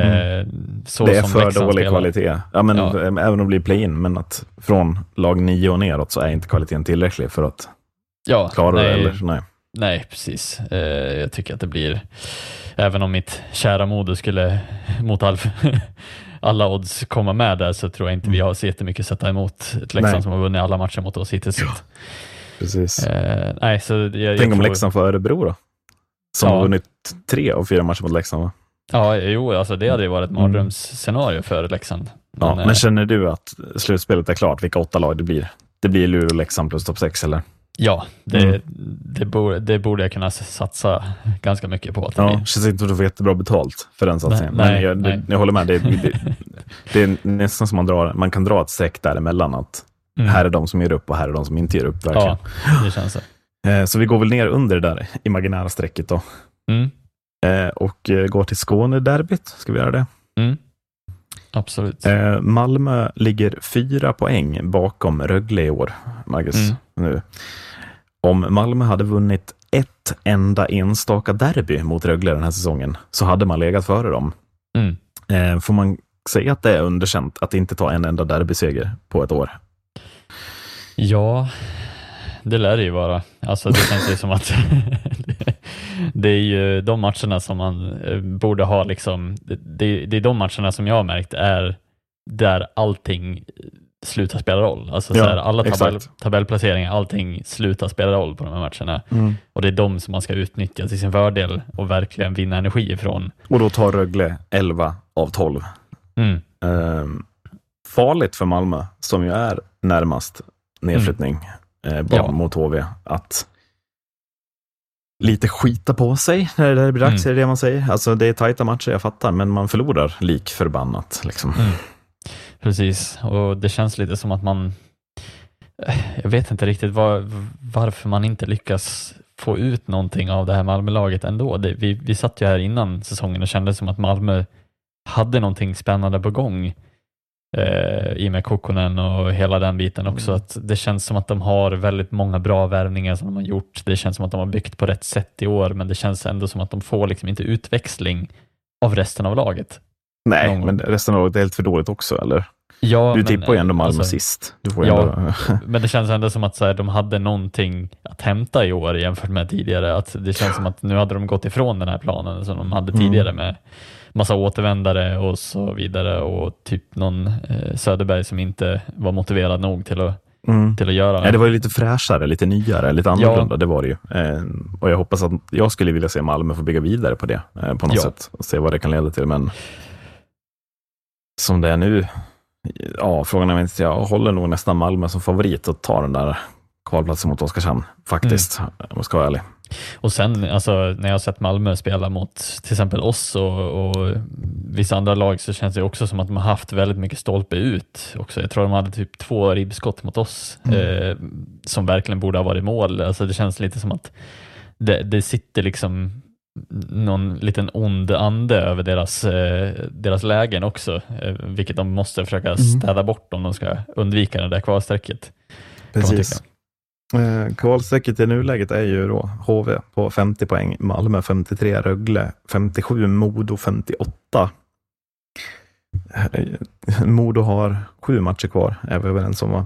Så det är som för Leksand dålig spelar. kvalitet. Ja, men även om det blir play-in, men att från lag 9 och neråt så är inte kvaliteten tillräcklig för att klara det. Eller? Nej, precis. Jag tycker att det blir, även om mitt kära Modo skulle mot alla odds komma med där, så tror jag inte vi har så jättemycket att sätta emot ett Leksand som har vunnit alla matcher mot oss hittills. Ja, precis. Tänk om Leksand får Örebro då? Som har vunnit 3 av 4 matcher mot Leksand, va? Ja, alltså det hade ju varit ett mardrömsscenario för Leksand. Men känner du att slutspelet är klart? Vilka 8 lag det blir? Det blir Luleå och Leksand plus topp 6, eller? Ja, det borde jag kunna satsa ganska mycket på. Att det känns inte som att du får jättebra betalt för den satsningen. Men jag håller med. Det är nästan som man kan dra ett streck däremellan, att här är de som ger upp och här är de som inte ger upp. Verkligen. Ja, det känns så. Så vi går väl ner under det där imaginära strecket då. Och går till Skåne-derbyt. Ska vi göra det? Absolut. Malmö ligger 4 poäng bakom Rögle i år, Marcus. Nu. Om Malmö hade vunnit ett enda enstaka derby mot Rögle den här säsongen, så hade man legat före dem. Får man säga att det är underkänt att inte ta en enda derbyseger på ett år? Ja, det lär det ju vara. Alltså det känns ju som att det är ju de matcherna som man borde ha liksom, det är de matcherna som jag har märkt är där allting slutar spela roll. Alltså så här, alla tabellplaceringar, allting slutar spela roll på de här matcherna. Och det är de som man ska utnyttja till sin fördel och verkligen vinna energi ifrån. Och då tar Rögle 11 av 12. Farligt för Malmö, som ju är närmast nedflyttning mot HV, att lite skita på sig när det blir dags, är det man säger. Alltså det är tajta matcher, jag fattar, men man förlorar lik förbannat liksom. Precis, och det känns lite som att man, jag vet inte riktigt varför man inte lyckas få ut någonting av det här Malmö-laget ändå. Vi satt ju här innan säsongen och kände som att Malmö hade någonting spännande på gång i och med Kokkonen och hela den biten också. Att det känns som att de har väldigt många bra värvningar som de har gjort. Det känns som att de har byggt på rätt sätt i år, men det känns ändå som att de får liksom inte utväxling av resten av laget. Nej, men resten av laget är helt för dåligt också, eller? Ja, du tippar ju ändå Malmö sist. Du får ändå... men det känns ändå som att så här, de hade någonting att hämta i år jämfört med tidigare. Att det känns som att nu hade de gått ifrån den här planen som de hade tidigare med massa återvändare och så vidare, och typ någon Söderberg som inte var motiverad nog till att göra. Nej, det var ju lite fräschare, lite nyare, lite annorlunda, det var det ju. Och jag hoppas att jag skulle vilja se Malmö få bygga vidare på det på något sätt och se vad det kan leda till, men som det är nu, frågan är inte, jag håller nog nästan Malmö som favorit att ta den där kvalplatsen mot Oskarshamn, faktiskt, om jag ska vara ärlig. Och sen, alltså, när jag har sett Malmö spela mot till exempel oss och vissa andra lag, så känns det också som att de har haft väldigt mycket stolpe ut också. Jag tror de hade typ 2 ribbskott mot oss som verkligen borde ha varit mål. Alltså det känns lite som att det sitter liksom någon liten ond ande över deras lägen också, vilket de måste försöka städa bort om de ska undvika det där kvalsträcket. Precis. Kvalsträcket i nuläget är ju då HV på 50 poäng, Malmö 53, Rögle 57, Modo 58. Modo har 7 matcher kvar, är vi överens om, va?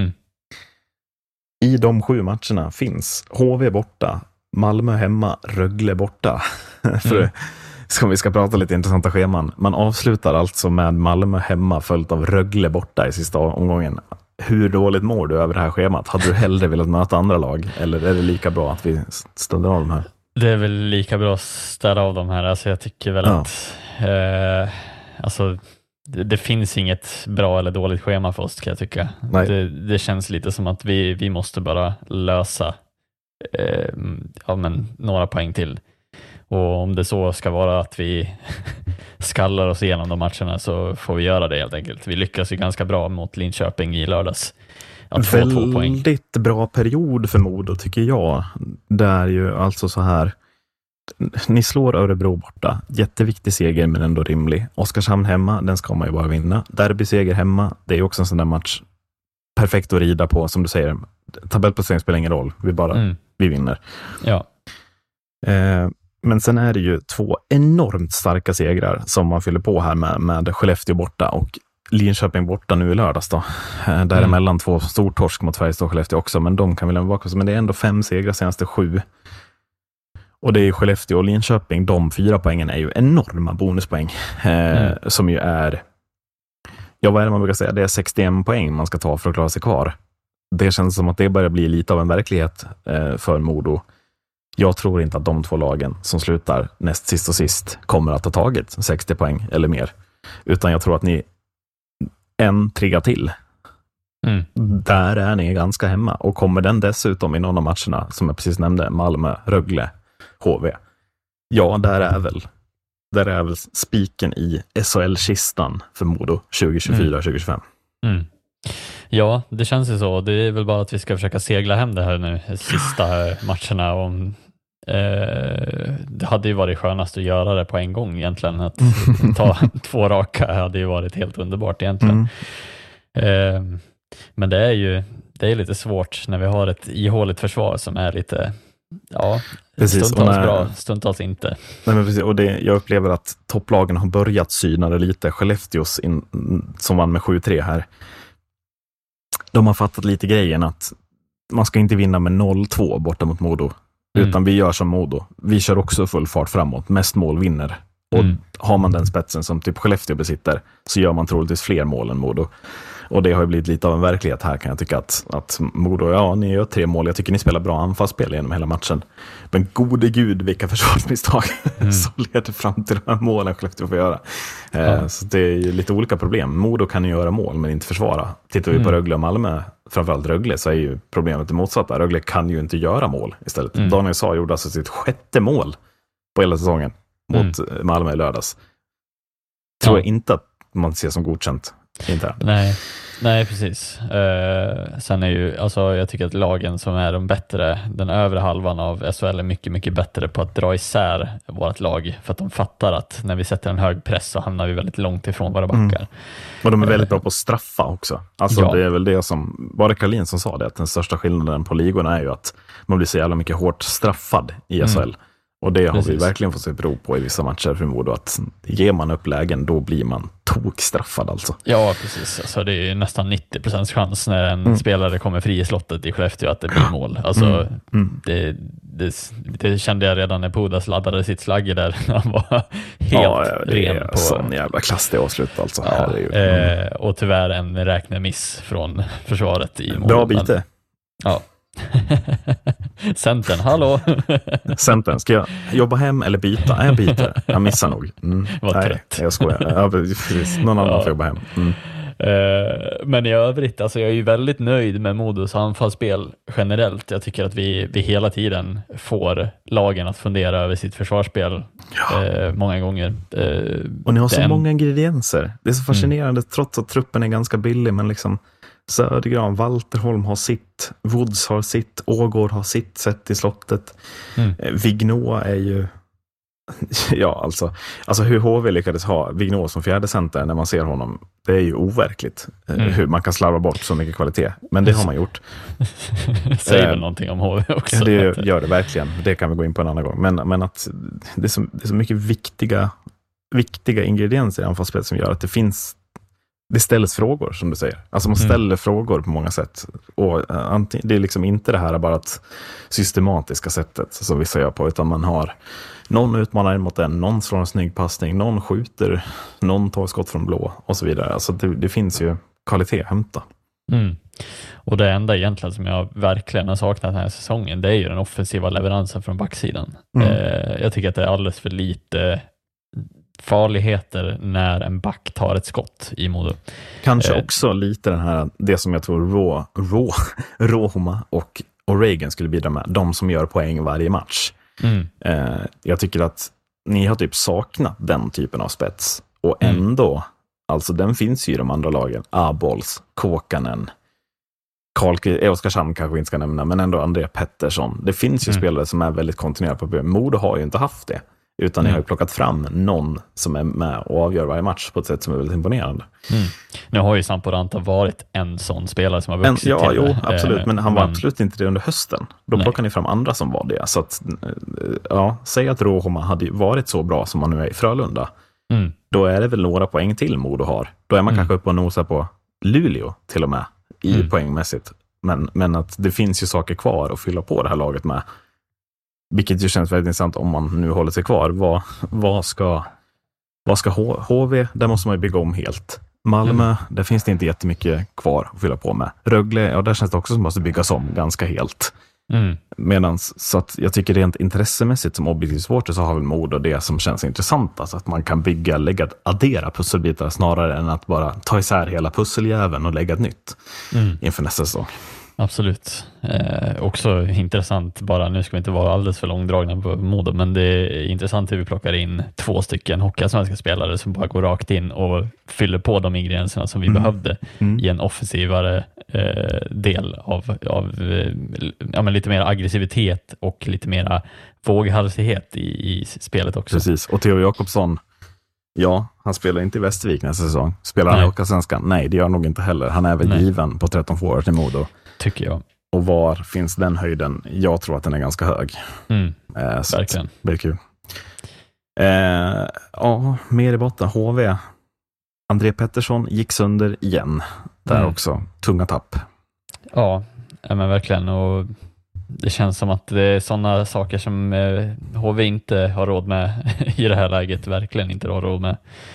I de 7 matcherna finns HV borta, Malmö hemma, Rögle borta. För vi ska prata lite intressanta scheman. Man avslutar alltså med Malmö hemma följt av Rögle borta i sista omgången. Hur dåligt mår du över det här schemat? Hade du hellre velat möta andra lag? Eller är det lika bra att vi ställer av de här? Det är väl lika bra att ställa av de här. Alltså jag tycker väl att alltså, det finns inget bra eller dåligt schema för oss, kan jag tycka. Det känns lite som att vi måste bara lösa några poäng till. Och om det så ska vara att vi skallar oss igenom de matcherna så får vi göra det helt enkelt. Vi lyckas ju ganska bra mot Linköping i lördags. Att få 2 poäng. Väldigt bra period för Modo tycker jag. Det är ju alltså så här. Ni slår Örebro borta. Jätteviktig seger men ändå rimlig. Oskarshamn hemma, den ska man ju bara vinna. Derbyseger hemma, det är också en sån där match. Perfekt att rida på, som du säger. Tabellplacering spelar ingen roll. Vi vinner. Ja. Men sen är det ju 2 enormt starka segrar som man fyller på här med Skellefteå borta och Linköping borta nu i lördags då. Däremellan 2 stortorsk mot Färjestad och Skellefteå också, men de kan vi lämna bakom. Men det är ändå 5 segrar senaste 7. Och det är Skellefteå och Linköping. De 4 poängen är ju enorma bonuspoäng. Som ju är, ja vad är det man brukar säga? Det är 61 poäng man ska ta för att klara sig kvar. Det känns som att det börjar bli lite av en verklighet för Modo. Jag tror inte att de 2 lagen som slutar näst sist och sist kommer att ha tagit 60 poäng eller mer. Utan jag tror att ni triggar till. Där är ni ganska hemma. Och kommer den dessutom i någon av matcherna som jag precis nämnde, Malmö, Rögle, HV. Ja, där är väl spiken i SHL-kistan för Modo 2024-2025. Ja, det känns ju så. Det är väl bara att vi ska försöka segla hem det här nu, sista matcherna. Det hade ju varit skönast att göra det på en gång egentligen. Att ta 2 raka hade ju varit helt underbart egentligen. Men det är lite svårt när vi har ett ihåligt försvar som är lite, ja, precis, stundtals bra, stundtals inte. Nej, men precis, och jag upplever att topplagen har börjat syna det lite. Skellefteås som vann med 7-3 här. De har fattat lite grejen att man ska inte vinna med 0-2 borta mot Modo. Utan vi gör som Modo. Vi kör också full fart framåt. Mest mål vinner. Och har man den spetsen som typ Skellefteå besitter så gör man troligtvis fler mål än Modo. Och det har ju blivit lite av en verklighet här, kan jag tycka, att Modo, ja, ni gör 3 mål. Jag tycker ni spelar bra anfallsspel genom hela matchen. Men gode gud, vilka försvarsmisstag som leder fram till de här målen Skellefteå får göra. Så det är ju lite olika problem. Modo kan ju göra mål men inte försvara. Tittar vi på Rögle och Malmö, framförallt Rögle, så är ju problemet det motsatta. Rögle kan ju inte göra mål istället. Daniel Saar gjorde alltså sitt 6:e mål på hela säsongen mot Malmö i lördags. Tror jag inte att man ser som godkänt. Inte. Nej, precis. Sen är ju, alltså, jag tycker att lagen som är de bättre, den övre halvan av SHL är mycket, mycket bättre på att dra isär vårt lag, för att de fattar att när vi sätter en hög press så hamnar vi väldigt långt ifrån våra backar. Och de är väldigt bra på att straffa också. Alltså det är väl det som, var det Karlin som sa det, att den största skillnaden på ligorna är ju att man blir så jävla mycket hårt straffad i SHL. Och det har vi verkligen fått se prov på i vissa matcher för Modo, att ger man upp lägen då blir man tokstraffad alltså. Ja, precis. Alltså, det är ju nästan 90% chans när en spelare kommer fri i slottet i Skellefteå att det blir mål. Alltså, det kände jag redan när Pudas laddade sitt slagge där. Han var helt ren på... sån jävla klass det avslut alltså. Och tyvärr en räknemiss från försvaret i mål. Bra bite. Ja. Centern, hallå. Centern, ska jag jobba hem eller byta? Jag byter, jag missar nog. Nej, jag skojar. Ja, precis. Någon annan får jobba hem. Men i övrigt, alltså jag är ju väldigt nöjd med Modos anfallsspel generellt. Jag tycker att vi hela tiden får lagen att fundera över sitt försvarsspel många gånger. Och ni har så många ingredienser. Det är så fascinerande trots att truppen är ganska billig, men liksom Södergran, Walterholm har sitt, Woods har sitt, Ågård har sitt sätt i slottet. Vigneault är ju alltså hur HV lyckades ha Vigneault som fjärde center när man ser honom, det är ju overkligt hur man kan slarva bort så mycket kvalitet, men det har man gjort. Säger väl någonting om HV också. Det gör det verkligen, det kan vi gå in på en annan gång, men att det är så mycket viktiga ingredienser i anfallsspelet som gör att det ställs frågor, som du säger. Alltså man ställer frågor på många sätt. Och det är liksom inte det här bara att systematiska sättet som vissa gör på, utan man har någon utmanar mot en, någon slår en snygg passning, någon skjuter, någon tar skott från blå och så vidare. Alltså det finns ju kvalitet att hämta. Och det enda egentligen som jag verkligen har saknat den här säsongen, det är ju den offensiva leveransen från backsidan. Jag tycker att det är alldeles för lite farligheter när en back tar ett skott i Modo. Kanske också lite det som jag tror Rohoma och Reagan skulle bidra med, de som gör poäng varje match. Jag tycker att ni har typ saknat den typen av spets. Och ändå, alltså den finns ju i de andra lagen. Abols, Kåkanen, Oskarshamn kanske vi inte ska nämna, men ändå André Pettersson. Det finns ju spelare som är väldigt kontinuerligt på problem. Modo har ju inte haft det. Utan ni har ju plockat fram någon som är med och avgör varje match på ett sätt som är väldigt imponerande. Nu har ju Sampo Ranta varit en sån spelare som har vuxit till. Jo, absolut. Men han var absolut inte det under hösten. Då plockade ni fram andra som var det. Så att, säg att Rohoma hade varit så bra som man nu är i Frölunda. Då är det väl några poäng till Modo har. Då är man kanske uppe och nosar på Luleå till och med i poängmässigt. Men att det finns ju saker kvar att fylla på det här laget med. Vilket ju känns väldigt intressant om man nu håller sig kvar. Vad ska HV? Där måste man ju bygga om helt. Malmö, där finns det inte jättemycket kvar att fylla på med. Rögle, där känns det också som måste byggas om ganska helt. Så att jag tycker rent intressemässigt som objektivt svårt så har väl Modo det som känns intressant. Alltså att man kan addera pusselbitar snarare än att bara ta isär hela pusseljäveln och lägga ett nytt inför nästa säsong. Absolut. Också intressant, bara nu ska vi inte vara alldeles för långdragna på Modo, men det är intressant hur vi plockar in 2 hockeyallsvenska spelare som bara går rakt in och fyller på de ingredienserna som vi behövde i en offensivare del av lite mer aggressivitet och lite mer våghalsighet i spelet också. Precis, och Theo Jakobsson, han spelar inte i Västervik nästa säsong. Spelar han i Hockeyallsvenskan? Nej, det gör han nog inte heller. Han är väl given på 13 forwards i Modo. Tycker jag. Och var finns den höjden? Jag tror att den är ganska hög. Verkligen. Det blir kul. Mer i botten. HV. André Pettersson gick sönder igen. Där också. Tunga tapp. Ja, men verkligen. Och det känns som att det är sådana saker som HV inte har råd med i det här läget. Verkligen inte har råd med.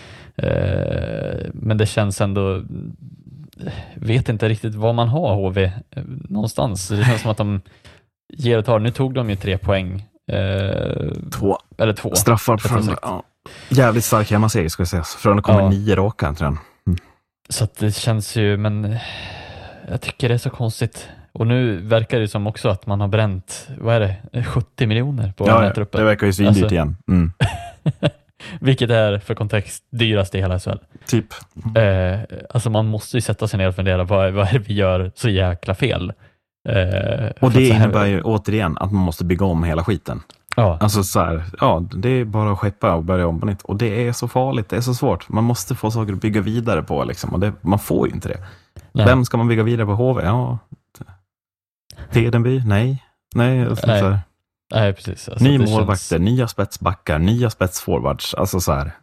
Men det känns ändå... vet inte riktigt vad man har HV någonstans. Det känns som att de ger och tar. Nu tog de ju 3 poäng. 2. Eller 2. Straffar för jävligt stark hemmaserie ska jag säga. För de kommer 9 raka tror jag. Så att det känns ju, men jag tycker det är så konstigt. Och nu verkar det som också att man har bränt, vad är det, 70 miljoner på den här truppen. Det verkar ju svindyrt igen. Vilket är för kontext dyrast i hela SHL. Typ. Alltså man måste ju sätta sig ner och fundera vad är det vi gör så jäkla fel. Och det innebär ju återigen att man måste bygga om hela skiten. Ja. Alltså så här, det är bara att skeppa och börja om på nytt. Och det är så farligt, det är så svårt. Man måste få saker att bygga vidare på liksom. Och man får ju inte det. Nej. Vem ska man bygga vidare på? HV? Tedenby? Nej. Nej, precis. Alltså, ny målvakter, nya spetsbackar, nya spetsforwards. Alltså så här,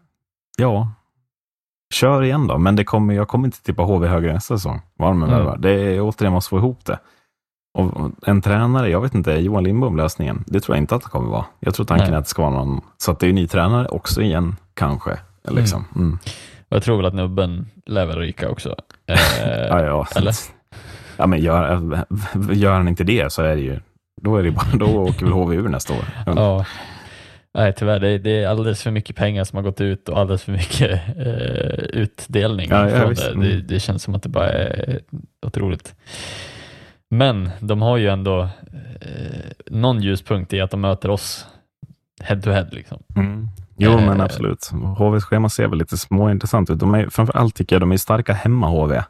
kör igen då. Men jag kommer inte tippa HV högre nästa säsong. Det är återigen måste få ihop det. Och en tränare, jag vet inte, Johan Lindbom lösningen. Det tror jag inte att det kommer vara. Jag tror tanken är att det ska vara någon, så att det är en ny tränare också igen, kanske. Liksom. Jag tror väl att nubben lär väl ryka också. Eller? Ja, men gör han inte det så är det ju, då åker väl HV ur nästa år. Ja. Nej, tyvärr. Det är alldeles för mycket pengar som har gått ut och alldeles för mycket utdelning. Det känns som att det bara är otroligt. Men de har ju ändå någon ljuspunkt i att de möter oss head to head liksom. Jo, men absolut. HVs schema ser väl lite småintressant ut. Framförallt tycker jag de är starka hemma HV.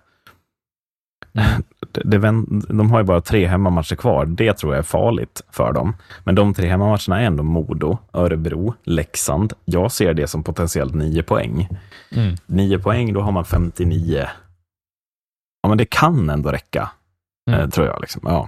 De har ju bara 3 hemmamatcher kvar. Det tror jag är farligt för dem. Men de 3 hemmamatcherna är ändå Modo, Örebro, Leksand. Jag ser det som potentiellt 9 poäng. 9 poäng, då har man 59. Ja, men det kan ändå räcka. Tror jag liksom.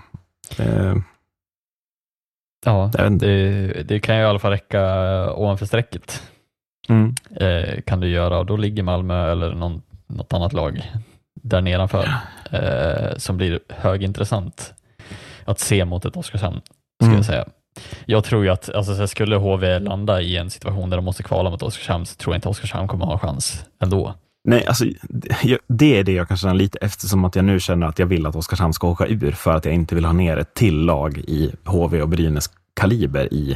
Det kan ju i alla fall räcka ovanför strecket. Kan du göra, och då ligger Malmö eller något annat lag där nedanför som blir högintressant att se mot ett Oskarshamn, ska jag säga. Jag tror ju att skulle HV landa i en situation där de måste kvala mot Oskarshamn, så tror jag inte Oskarshamn kommer ha en chans ändå. Nej, alltså det är det jag kan känna lite, eftersom att jag nu känner att jag vill att Oskarshamn ska åka ur, för att jag inte vill ha ner ett till lag i HV och Brynäs kaliber i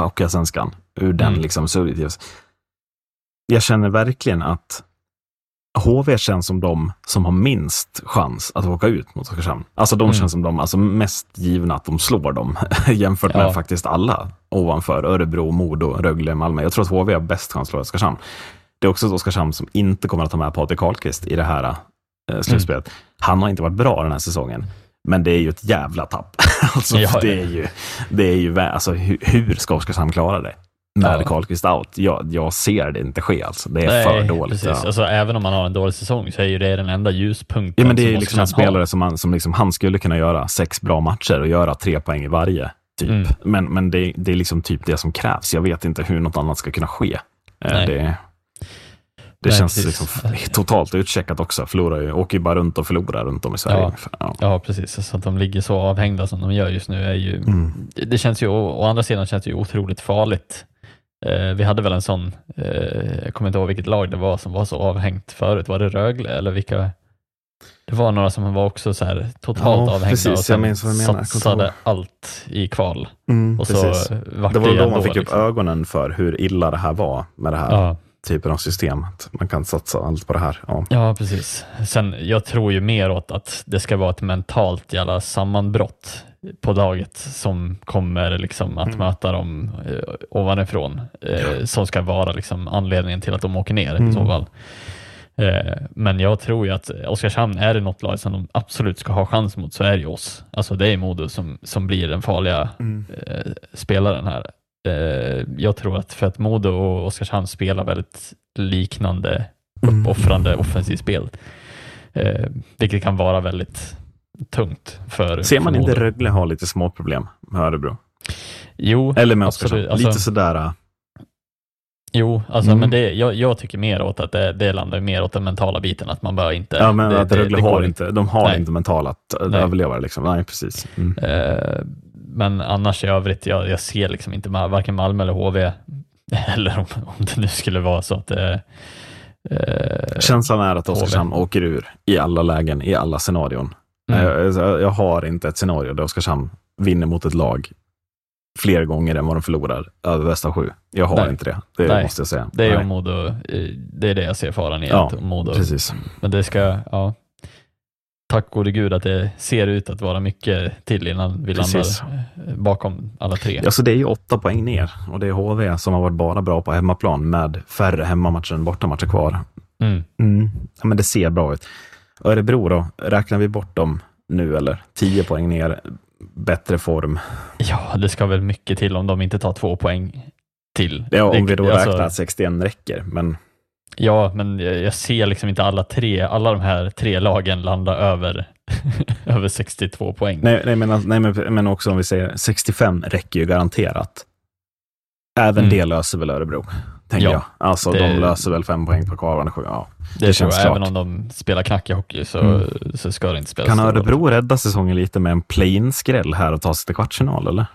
Hockeyallsvenskan ur den liksom subjektivs. Jag känner verkligen att HV känns som de som har minst chans att åka ut mot Oskarshamn. Alltså de känns som de mest givna att de slår dem jämfört med faktiskt alla ovanför Örebro, Modo, Rögle, Malmö. Jag tror att HV har bäst chans att slå Oskarshamn. Det är också ett Oskarshamn som inte kommer att ta med Patrik Karlqvist i det här slutspelet. Han har inte varit bra den här säsongen. Men det är ju ett jävla tapp. Alltså, det är ju alltså, hur ska Oskarshamn klara det? Med Karlqvist out. Jag ser det inte ske alltså. Det är för dåligt. Precis. Alltså, även om man har en dålig säsong så är ju det den enda ljuspunkten. Ja, men det är liksom en spelare som liksom, han skulle kunna göra 6 bra matcher och göra 3 poäng i varje typ. Men det är liksom typ det som krävs. Jag vet inte hur något annat ska kunna ske. Det känns liksom totalt utcheckat också. Åker ju bara runt och förlorar runt om i Sverige. Ja, precis. Så att de ligger så avhängda som de gör just nu är ju... Det känns ju, å andra sidan känns det ju otroligt farligt. Vi hade väl en sån, jag kommer inte ihåg vilket lag det var som var så avhängt förut. Var det Rögle eller vilka? Det var några som var också så här totalt avhängda precis, och sen satsade allt i kval. Och så det var då man fick upp ögonen för hur illa det här var med det här typen av system. Att man kan satsa allt på det här. Ja, precis. Sen, jag tror ju mer åt att det ska vara ett mentalt jävla sammanbrott på laget som kommer liksom att möta dem ovanifrån. Som ska vara liksom anledningen till att de åker ner i så fall. Men jag tror ju att Oskarshamn, är det något lag som de absolut ska ha chans mot, så är det ju oss. Alltså det är Modo som blir den farliga spelaren här. Jag tror att för att Modo och Oskarshamn spelar väldigt liknande uppoffrande offensivt spel, vilket kan vara väldigt tungt för ser man för inte Modo. Rögle har lite små problem med Örebro? Jo, eller med Oskarshamn, alltså, lite sådär. Jo, alltså men jag tycker mer åt att det landar mer åt den mentala biten, att man bör inte... Ja, men att Rögle har inte mental att överleva liksom. Nej, precis. Men annars i övrigt, jag ser liksom inte varken Malmö eller HV, eller om det nu skulle vara så att känslan är att Oskarshamn åker ur i alla lägen, i alla scenarion. Jag har inte ett scenario där Oskarshamn vinner mot ett lag fler gånger än vad de förlorar över bästa 7. Jag har inte det måste jag säga. Det är Modo, det är det jag ser faran i. Modo. Precis. Men det ska, tack gode gud att det ser ut att vara mycket till innan vi landar bakom alla 3. Ja, så det är ju 8 poäng ner, och det är HV som har varit bara bra på hemmaplan med färre hemmamatcher än bortamatcher kvar. Ja, men det ser bra ut. Örebro då, räknar vi bort dem nu eller? 10 poäng ner, bättre form. Ja, det ska väl mycket till om de inte tar 2 poäng till. Ja, om vi då räknar att 61 räcker, men... Ja, men jag ser liksom inte alla de här 3 lagen landa över över 62 poäng. Men också om vi säger 65 räcker ju garanterat. Även det löser väl Örebro, tänker jag. Alltså de löser väl 5 poäng på kvarvarande 7. Ja, det känns klart. Även om de spelar knackig hockey så ska det inte spela. Kan Örebro rädda säsongen lite med en play-in-skräll här och ta sig till kvartsfinal, eller?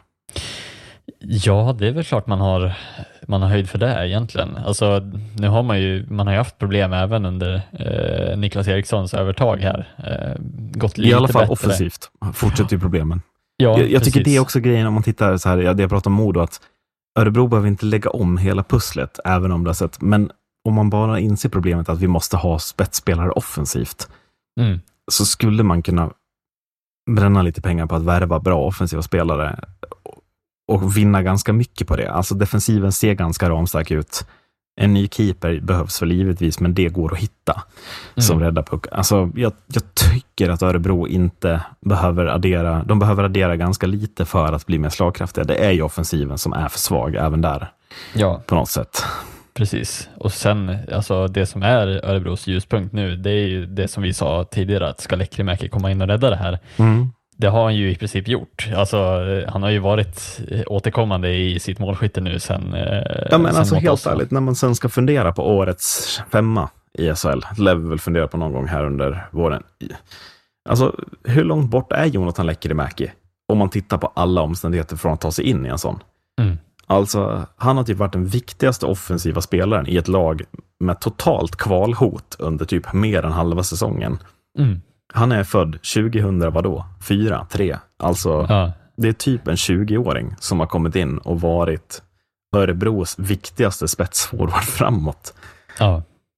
Ja, det är väl klart man har höjd för det egentligen. Alltså, nu har man har ju haft problem även under Niklas Erikssons övertag här. Gått lite i alla fall bättre. Offensivt fortsätter ju problemen. Ja, jag tycker det är också grejen om man tittar så här, det jag pratar om Modo, att Örebro behöver inte lägga om hela pusslet, även om det har sett, men om man bara inser problemet att vi måste ha spetsspelare offensivt, så skulle man kunna bränna lite pengar på att värva bra offensiva spelare och vinna ganska mycket på det. Alltså defensiven ser ganska ramstark ut. En ny keeper behövs för givetvis, men det går att hitta som räddar puck. Alltså jag tycker att Örebro inte behöver addera. De behöver addera ganska lite för att bli mer slagkraftiga. Det är ju offensiven som är för svag även där. Ja. På något sätt. Precis. Och sen, alltså det som är Örebros ljuspunkt nu, det är ju det som vi sa tidigare, att ska Lekkerimäki komma in och rädda det här. Det har han ju i princip gjort. Alltså, han har ju varit återkommande i sitt målskytte nu sen... Ja, men alltså helt ärligt, när man sen ska fundera på årets 5 i SHL, lär vi väl fundera på någon gång här under våren. Alltså, hur långt bort är Jonathan Lekkerimäki om man tittar på alla omständigheter från att ta sig in i en sån? Alltså, han har typ varit den viktigaste offensiva spelaren i ett lag med totalt kvalhot under typ mer än halva säsongen. Han är född 2000, vadå? 4, 3. Alltså, det är typ en 20-åring som har kommit in och varit Örebros viktigaste spetsforward framåt. Ja.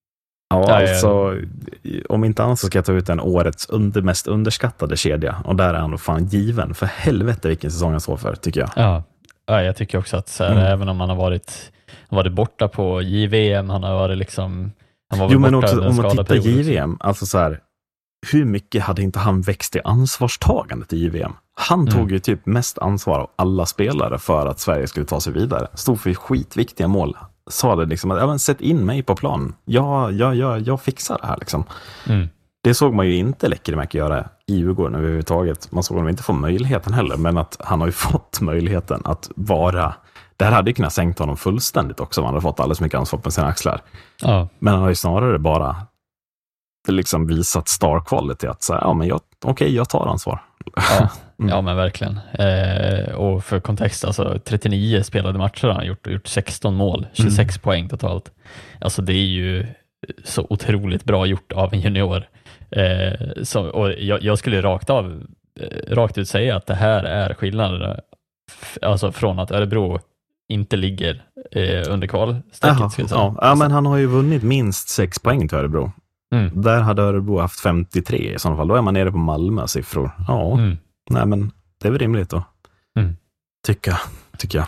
Ja, alltså, om inte annat så ska jag ta ut en årets mest underskattade kedja. Och där är han då fan given. För helvete vilken säsong han står för, tycker jag. Ja, jag tycker också att så här, även om han har varit borta på JVM, han har varit liksom... Han var men också om man tittar JVM, alltså så här, hur mycket hade inte han växt i ansvarstagandet i JVM? Han tog ju typ mest ansvar av alla spelare för att Sverige skulle ta sig vidare. Stod för skitviktiga mål. Sa det liksom att sätt in mig på plan. Jag fixar det här liksom. Det såg man ju inte Lekkerimäki göra i Djurgården överhuvudtaget. Man såg honom inte få möjligheten heller, men att han har ju fått möjligheten att vara... Det här hade ju kunnat sänkt honom fullständigt också. Man hade fått alldeles mycket ansvar på sina axlar. Ja. Men han har ju snarare bara liksom visat star quality att säga, men jag tar ansvar. Ja, ja men verkligen. Och för kontext, alltså 39 spelade matcher har han gjort 16 mål, 26 poäng totalt. Alltså det är ju så otroligt bra gjort av en junior. Och jag skulle rakt ut säga att det här är skillnaden, alltså från att Örebro inte ligger under kvalstrecket. Ja, men han har ju vunnit minst 6 poäng till Örebro. Där hade Örebro haft 53 i sådana fall. Då är man nere på Malmö siffror. Ja, nej men det är väl rimligt då. Tycker jag.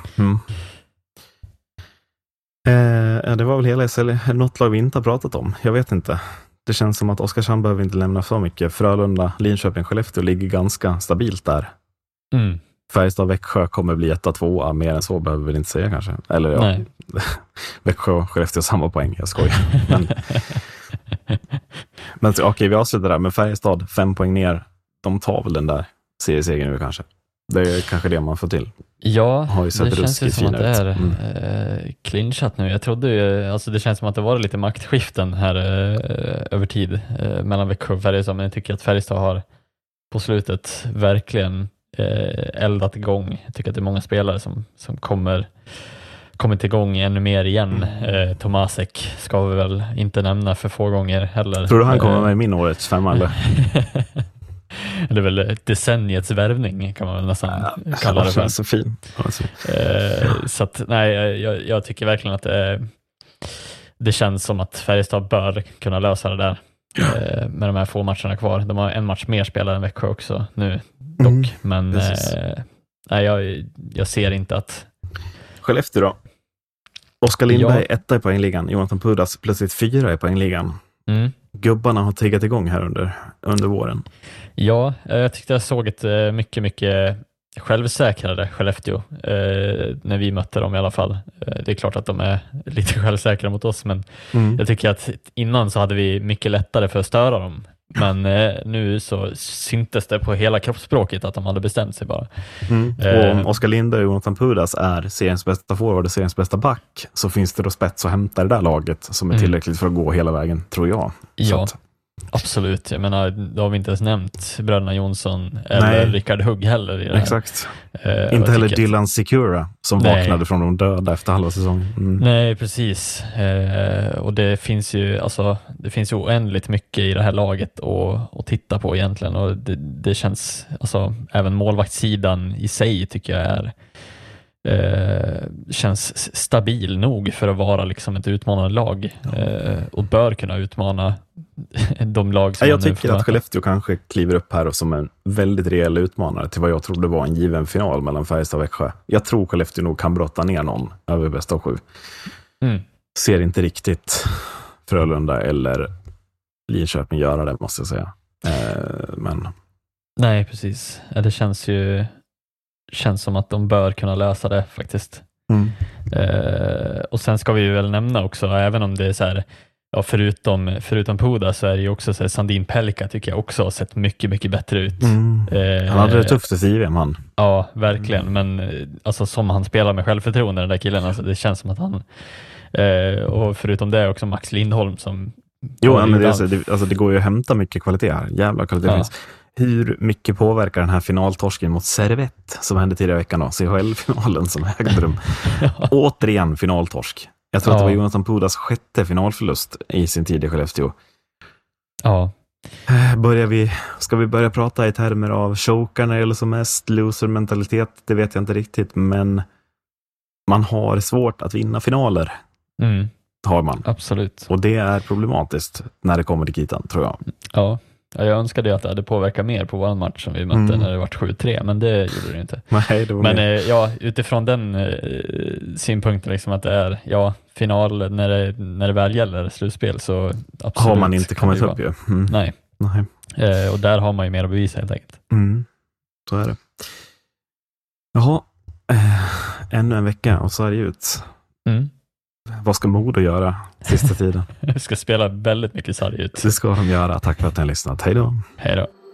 Det var väl hela SL, något lag vi inte har pratat om. Jag vet inte. Det känns som att Oskarshamn behöver inte lämna för mycket. Frölunda, Linköping, Skellefteå ligger ganska stabilt där. Färjestad, Växjö kommer bli 1-2. Mer än så behöver vi väl inte säga kanske. Eller ja, Växjö, Skellefteå samma poäng. Jag skojar. Men okej, vi avslutar där. Men Färjestad, 5 poäng ner. De tar väl den där seriesegern nu kanske. Det är kanske det man får till. Ja, det känns ju som att det är clinchat nu. Jag trodde ju, alltså det känns som att det var lite maktskiften här över tid mellan Växjö och Färjestad. Men jag tycker att Färjestad har på slutet verkligen eldat igång. Jag tycker att det är många spelare som kommit igång ännu mer igen. Tomasek ska vi väl inte nämna för få gånger heller. Tror du han kommer med i min årets 5 eller? Det är väl decenniets värvning kan man väl nästan kalla det för. Så fin. Så att nej, jag tycker verkligen att det känns som att Färjestad bör kunna lösa det där med de här få matcherna kvar. De har en match mer spelare än Växjö också nu dock. Men nej, jag ser inte att... Skellefteå då? Oskar Lindberg 1 i poängligan. Jonathan Pudas plötsligt 4 i poängligan. Gubbarna har tiggat igång här under våren. Ja, jag tyckte jag såg ett mycket självsäkrare Skellefteå när vi mötte dem i alla fall. Det är klart att de är lite självsäkra mot oss, men jag tycker att innan så hade vi mycket lättare för att störa dem. Men nu så syntes det på hela kroppsspråket att de hade bestämt sig bara. Och om Oskar Lindberg och Jonathan Pudas är seriens bästa forward och seriens bästa back, så finns det då spets att hämta det där laget som är tillräckligt för att gå hela vägen, tror jag. Ja, absolut. Jag menar, då har vi inte ens nämnt bröderna Jonsson eller Rickard Hugg heller i det här. Exakt. Inte heller Dylan Secura som vaknade från de döda efter halva säsongen. Nej, precis. Och det finns ju oändligt mycket i det här laget att titta på egentligen, och det känns, alltså även målvaktssidan i sig tycker jag känns stabil nog för att vara liksom ett utmanande lag och bör kunna utmana de lag som... Jag tycker att Skellefteå kanske kliver upp här och som en väldigt rejäl utmanare till vad jag trodde var en given final mellan Färjestad och Växjö. Jag tror Skellefteå nog kan brotta ner någon över bästa av 7. Ser inte riktigt Frölunda eller Linköping göra det, måste jag säga. Men... Nej, precis. Det känns som att de bör kunna lösa det faktiskt. Och sen ska vi väl nämna också, även om det är så här, ja, förutom Puda så är det ju också så här, Sandin Pelka tycker jag också har sett mycket, mycket bättre ut. Han hade det tufft i JVM han. Ja, verkligen. Men alltså som han spelar med självförtroende, den där killen, alltså, det känns som att han och förutom det också Max Lindholm som... Jo, men det går ju att hämta mycket kvalitet här. Jävla kvalitet finns. Hur mycket påverkar den här finaltorsken mot Servett som hände tidigare i veckan då? CHL-finalen som ägde rum. Återigen finaltorsk. Jag tror att det var Jonathan Pudas 6:e finalförlust i sin tid i Skellefteå. Ja. Ska vi börja prata i termer av chokarna eller som mest loser-mentalitet? Det vet jag inte riktigt, men man har svårt att vinna finaler. har man. Absolut. Och det är problematiskt när det kommer till kritan, tror jag. Ja, jag önskade att det hade påverkat mer på vår match som vi mötte när det var 7-3, men det gjorde det inte. Nej, det var Men ja, utifrån den synpunkten liksom att det är final när det väl gäller slutspel, så absolut. Har man inte kommit upp ju. Nej. Och där har man ju mer att bevisa helt enkelt. Så är det. Jaha, ännu en vecka och så är det ut. Vad ska Modo göra sista tiden? Jag ska spela väldigt mycket sarg ut. Det ska de göra. Tack för att ni har lyssnat. Hej då. Hej då.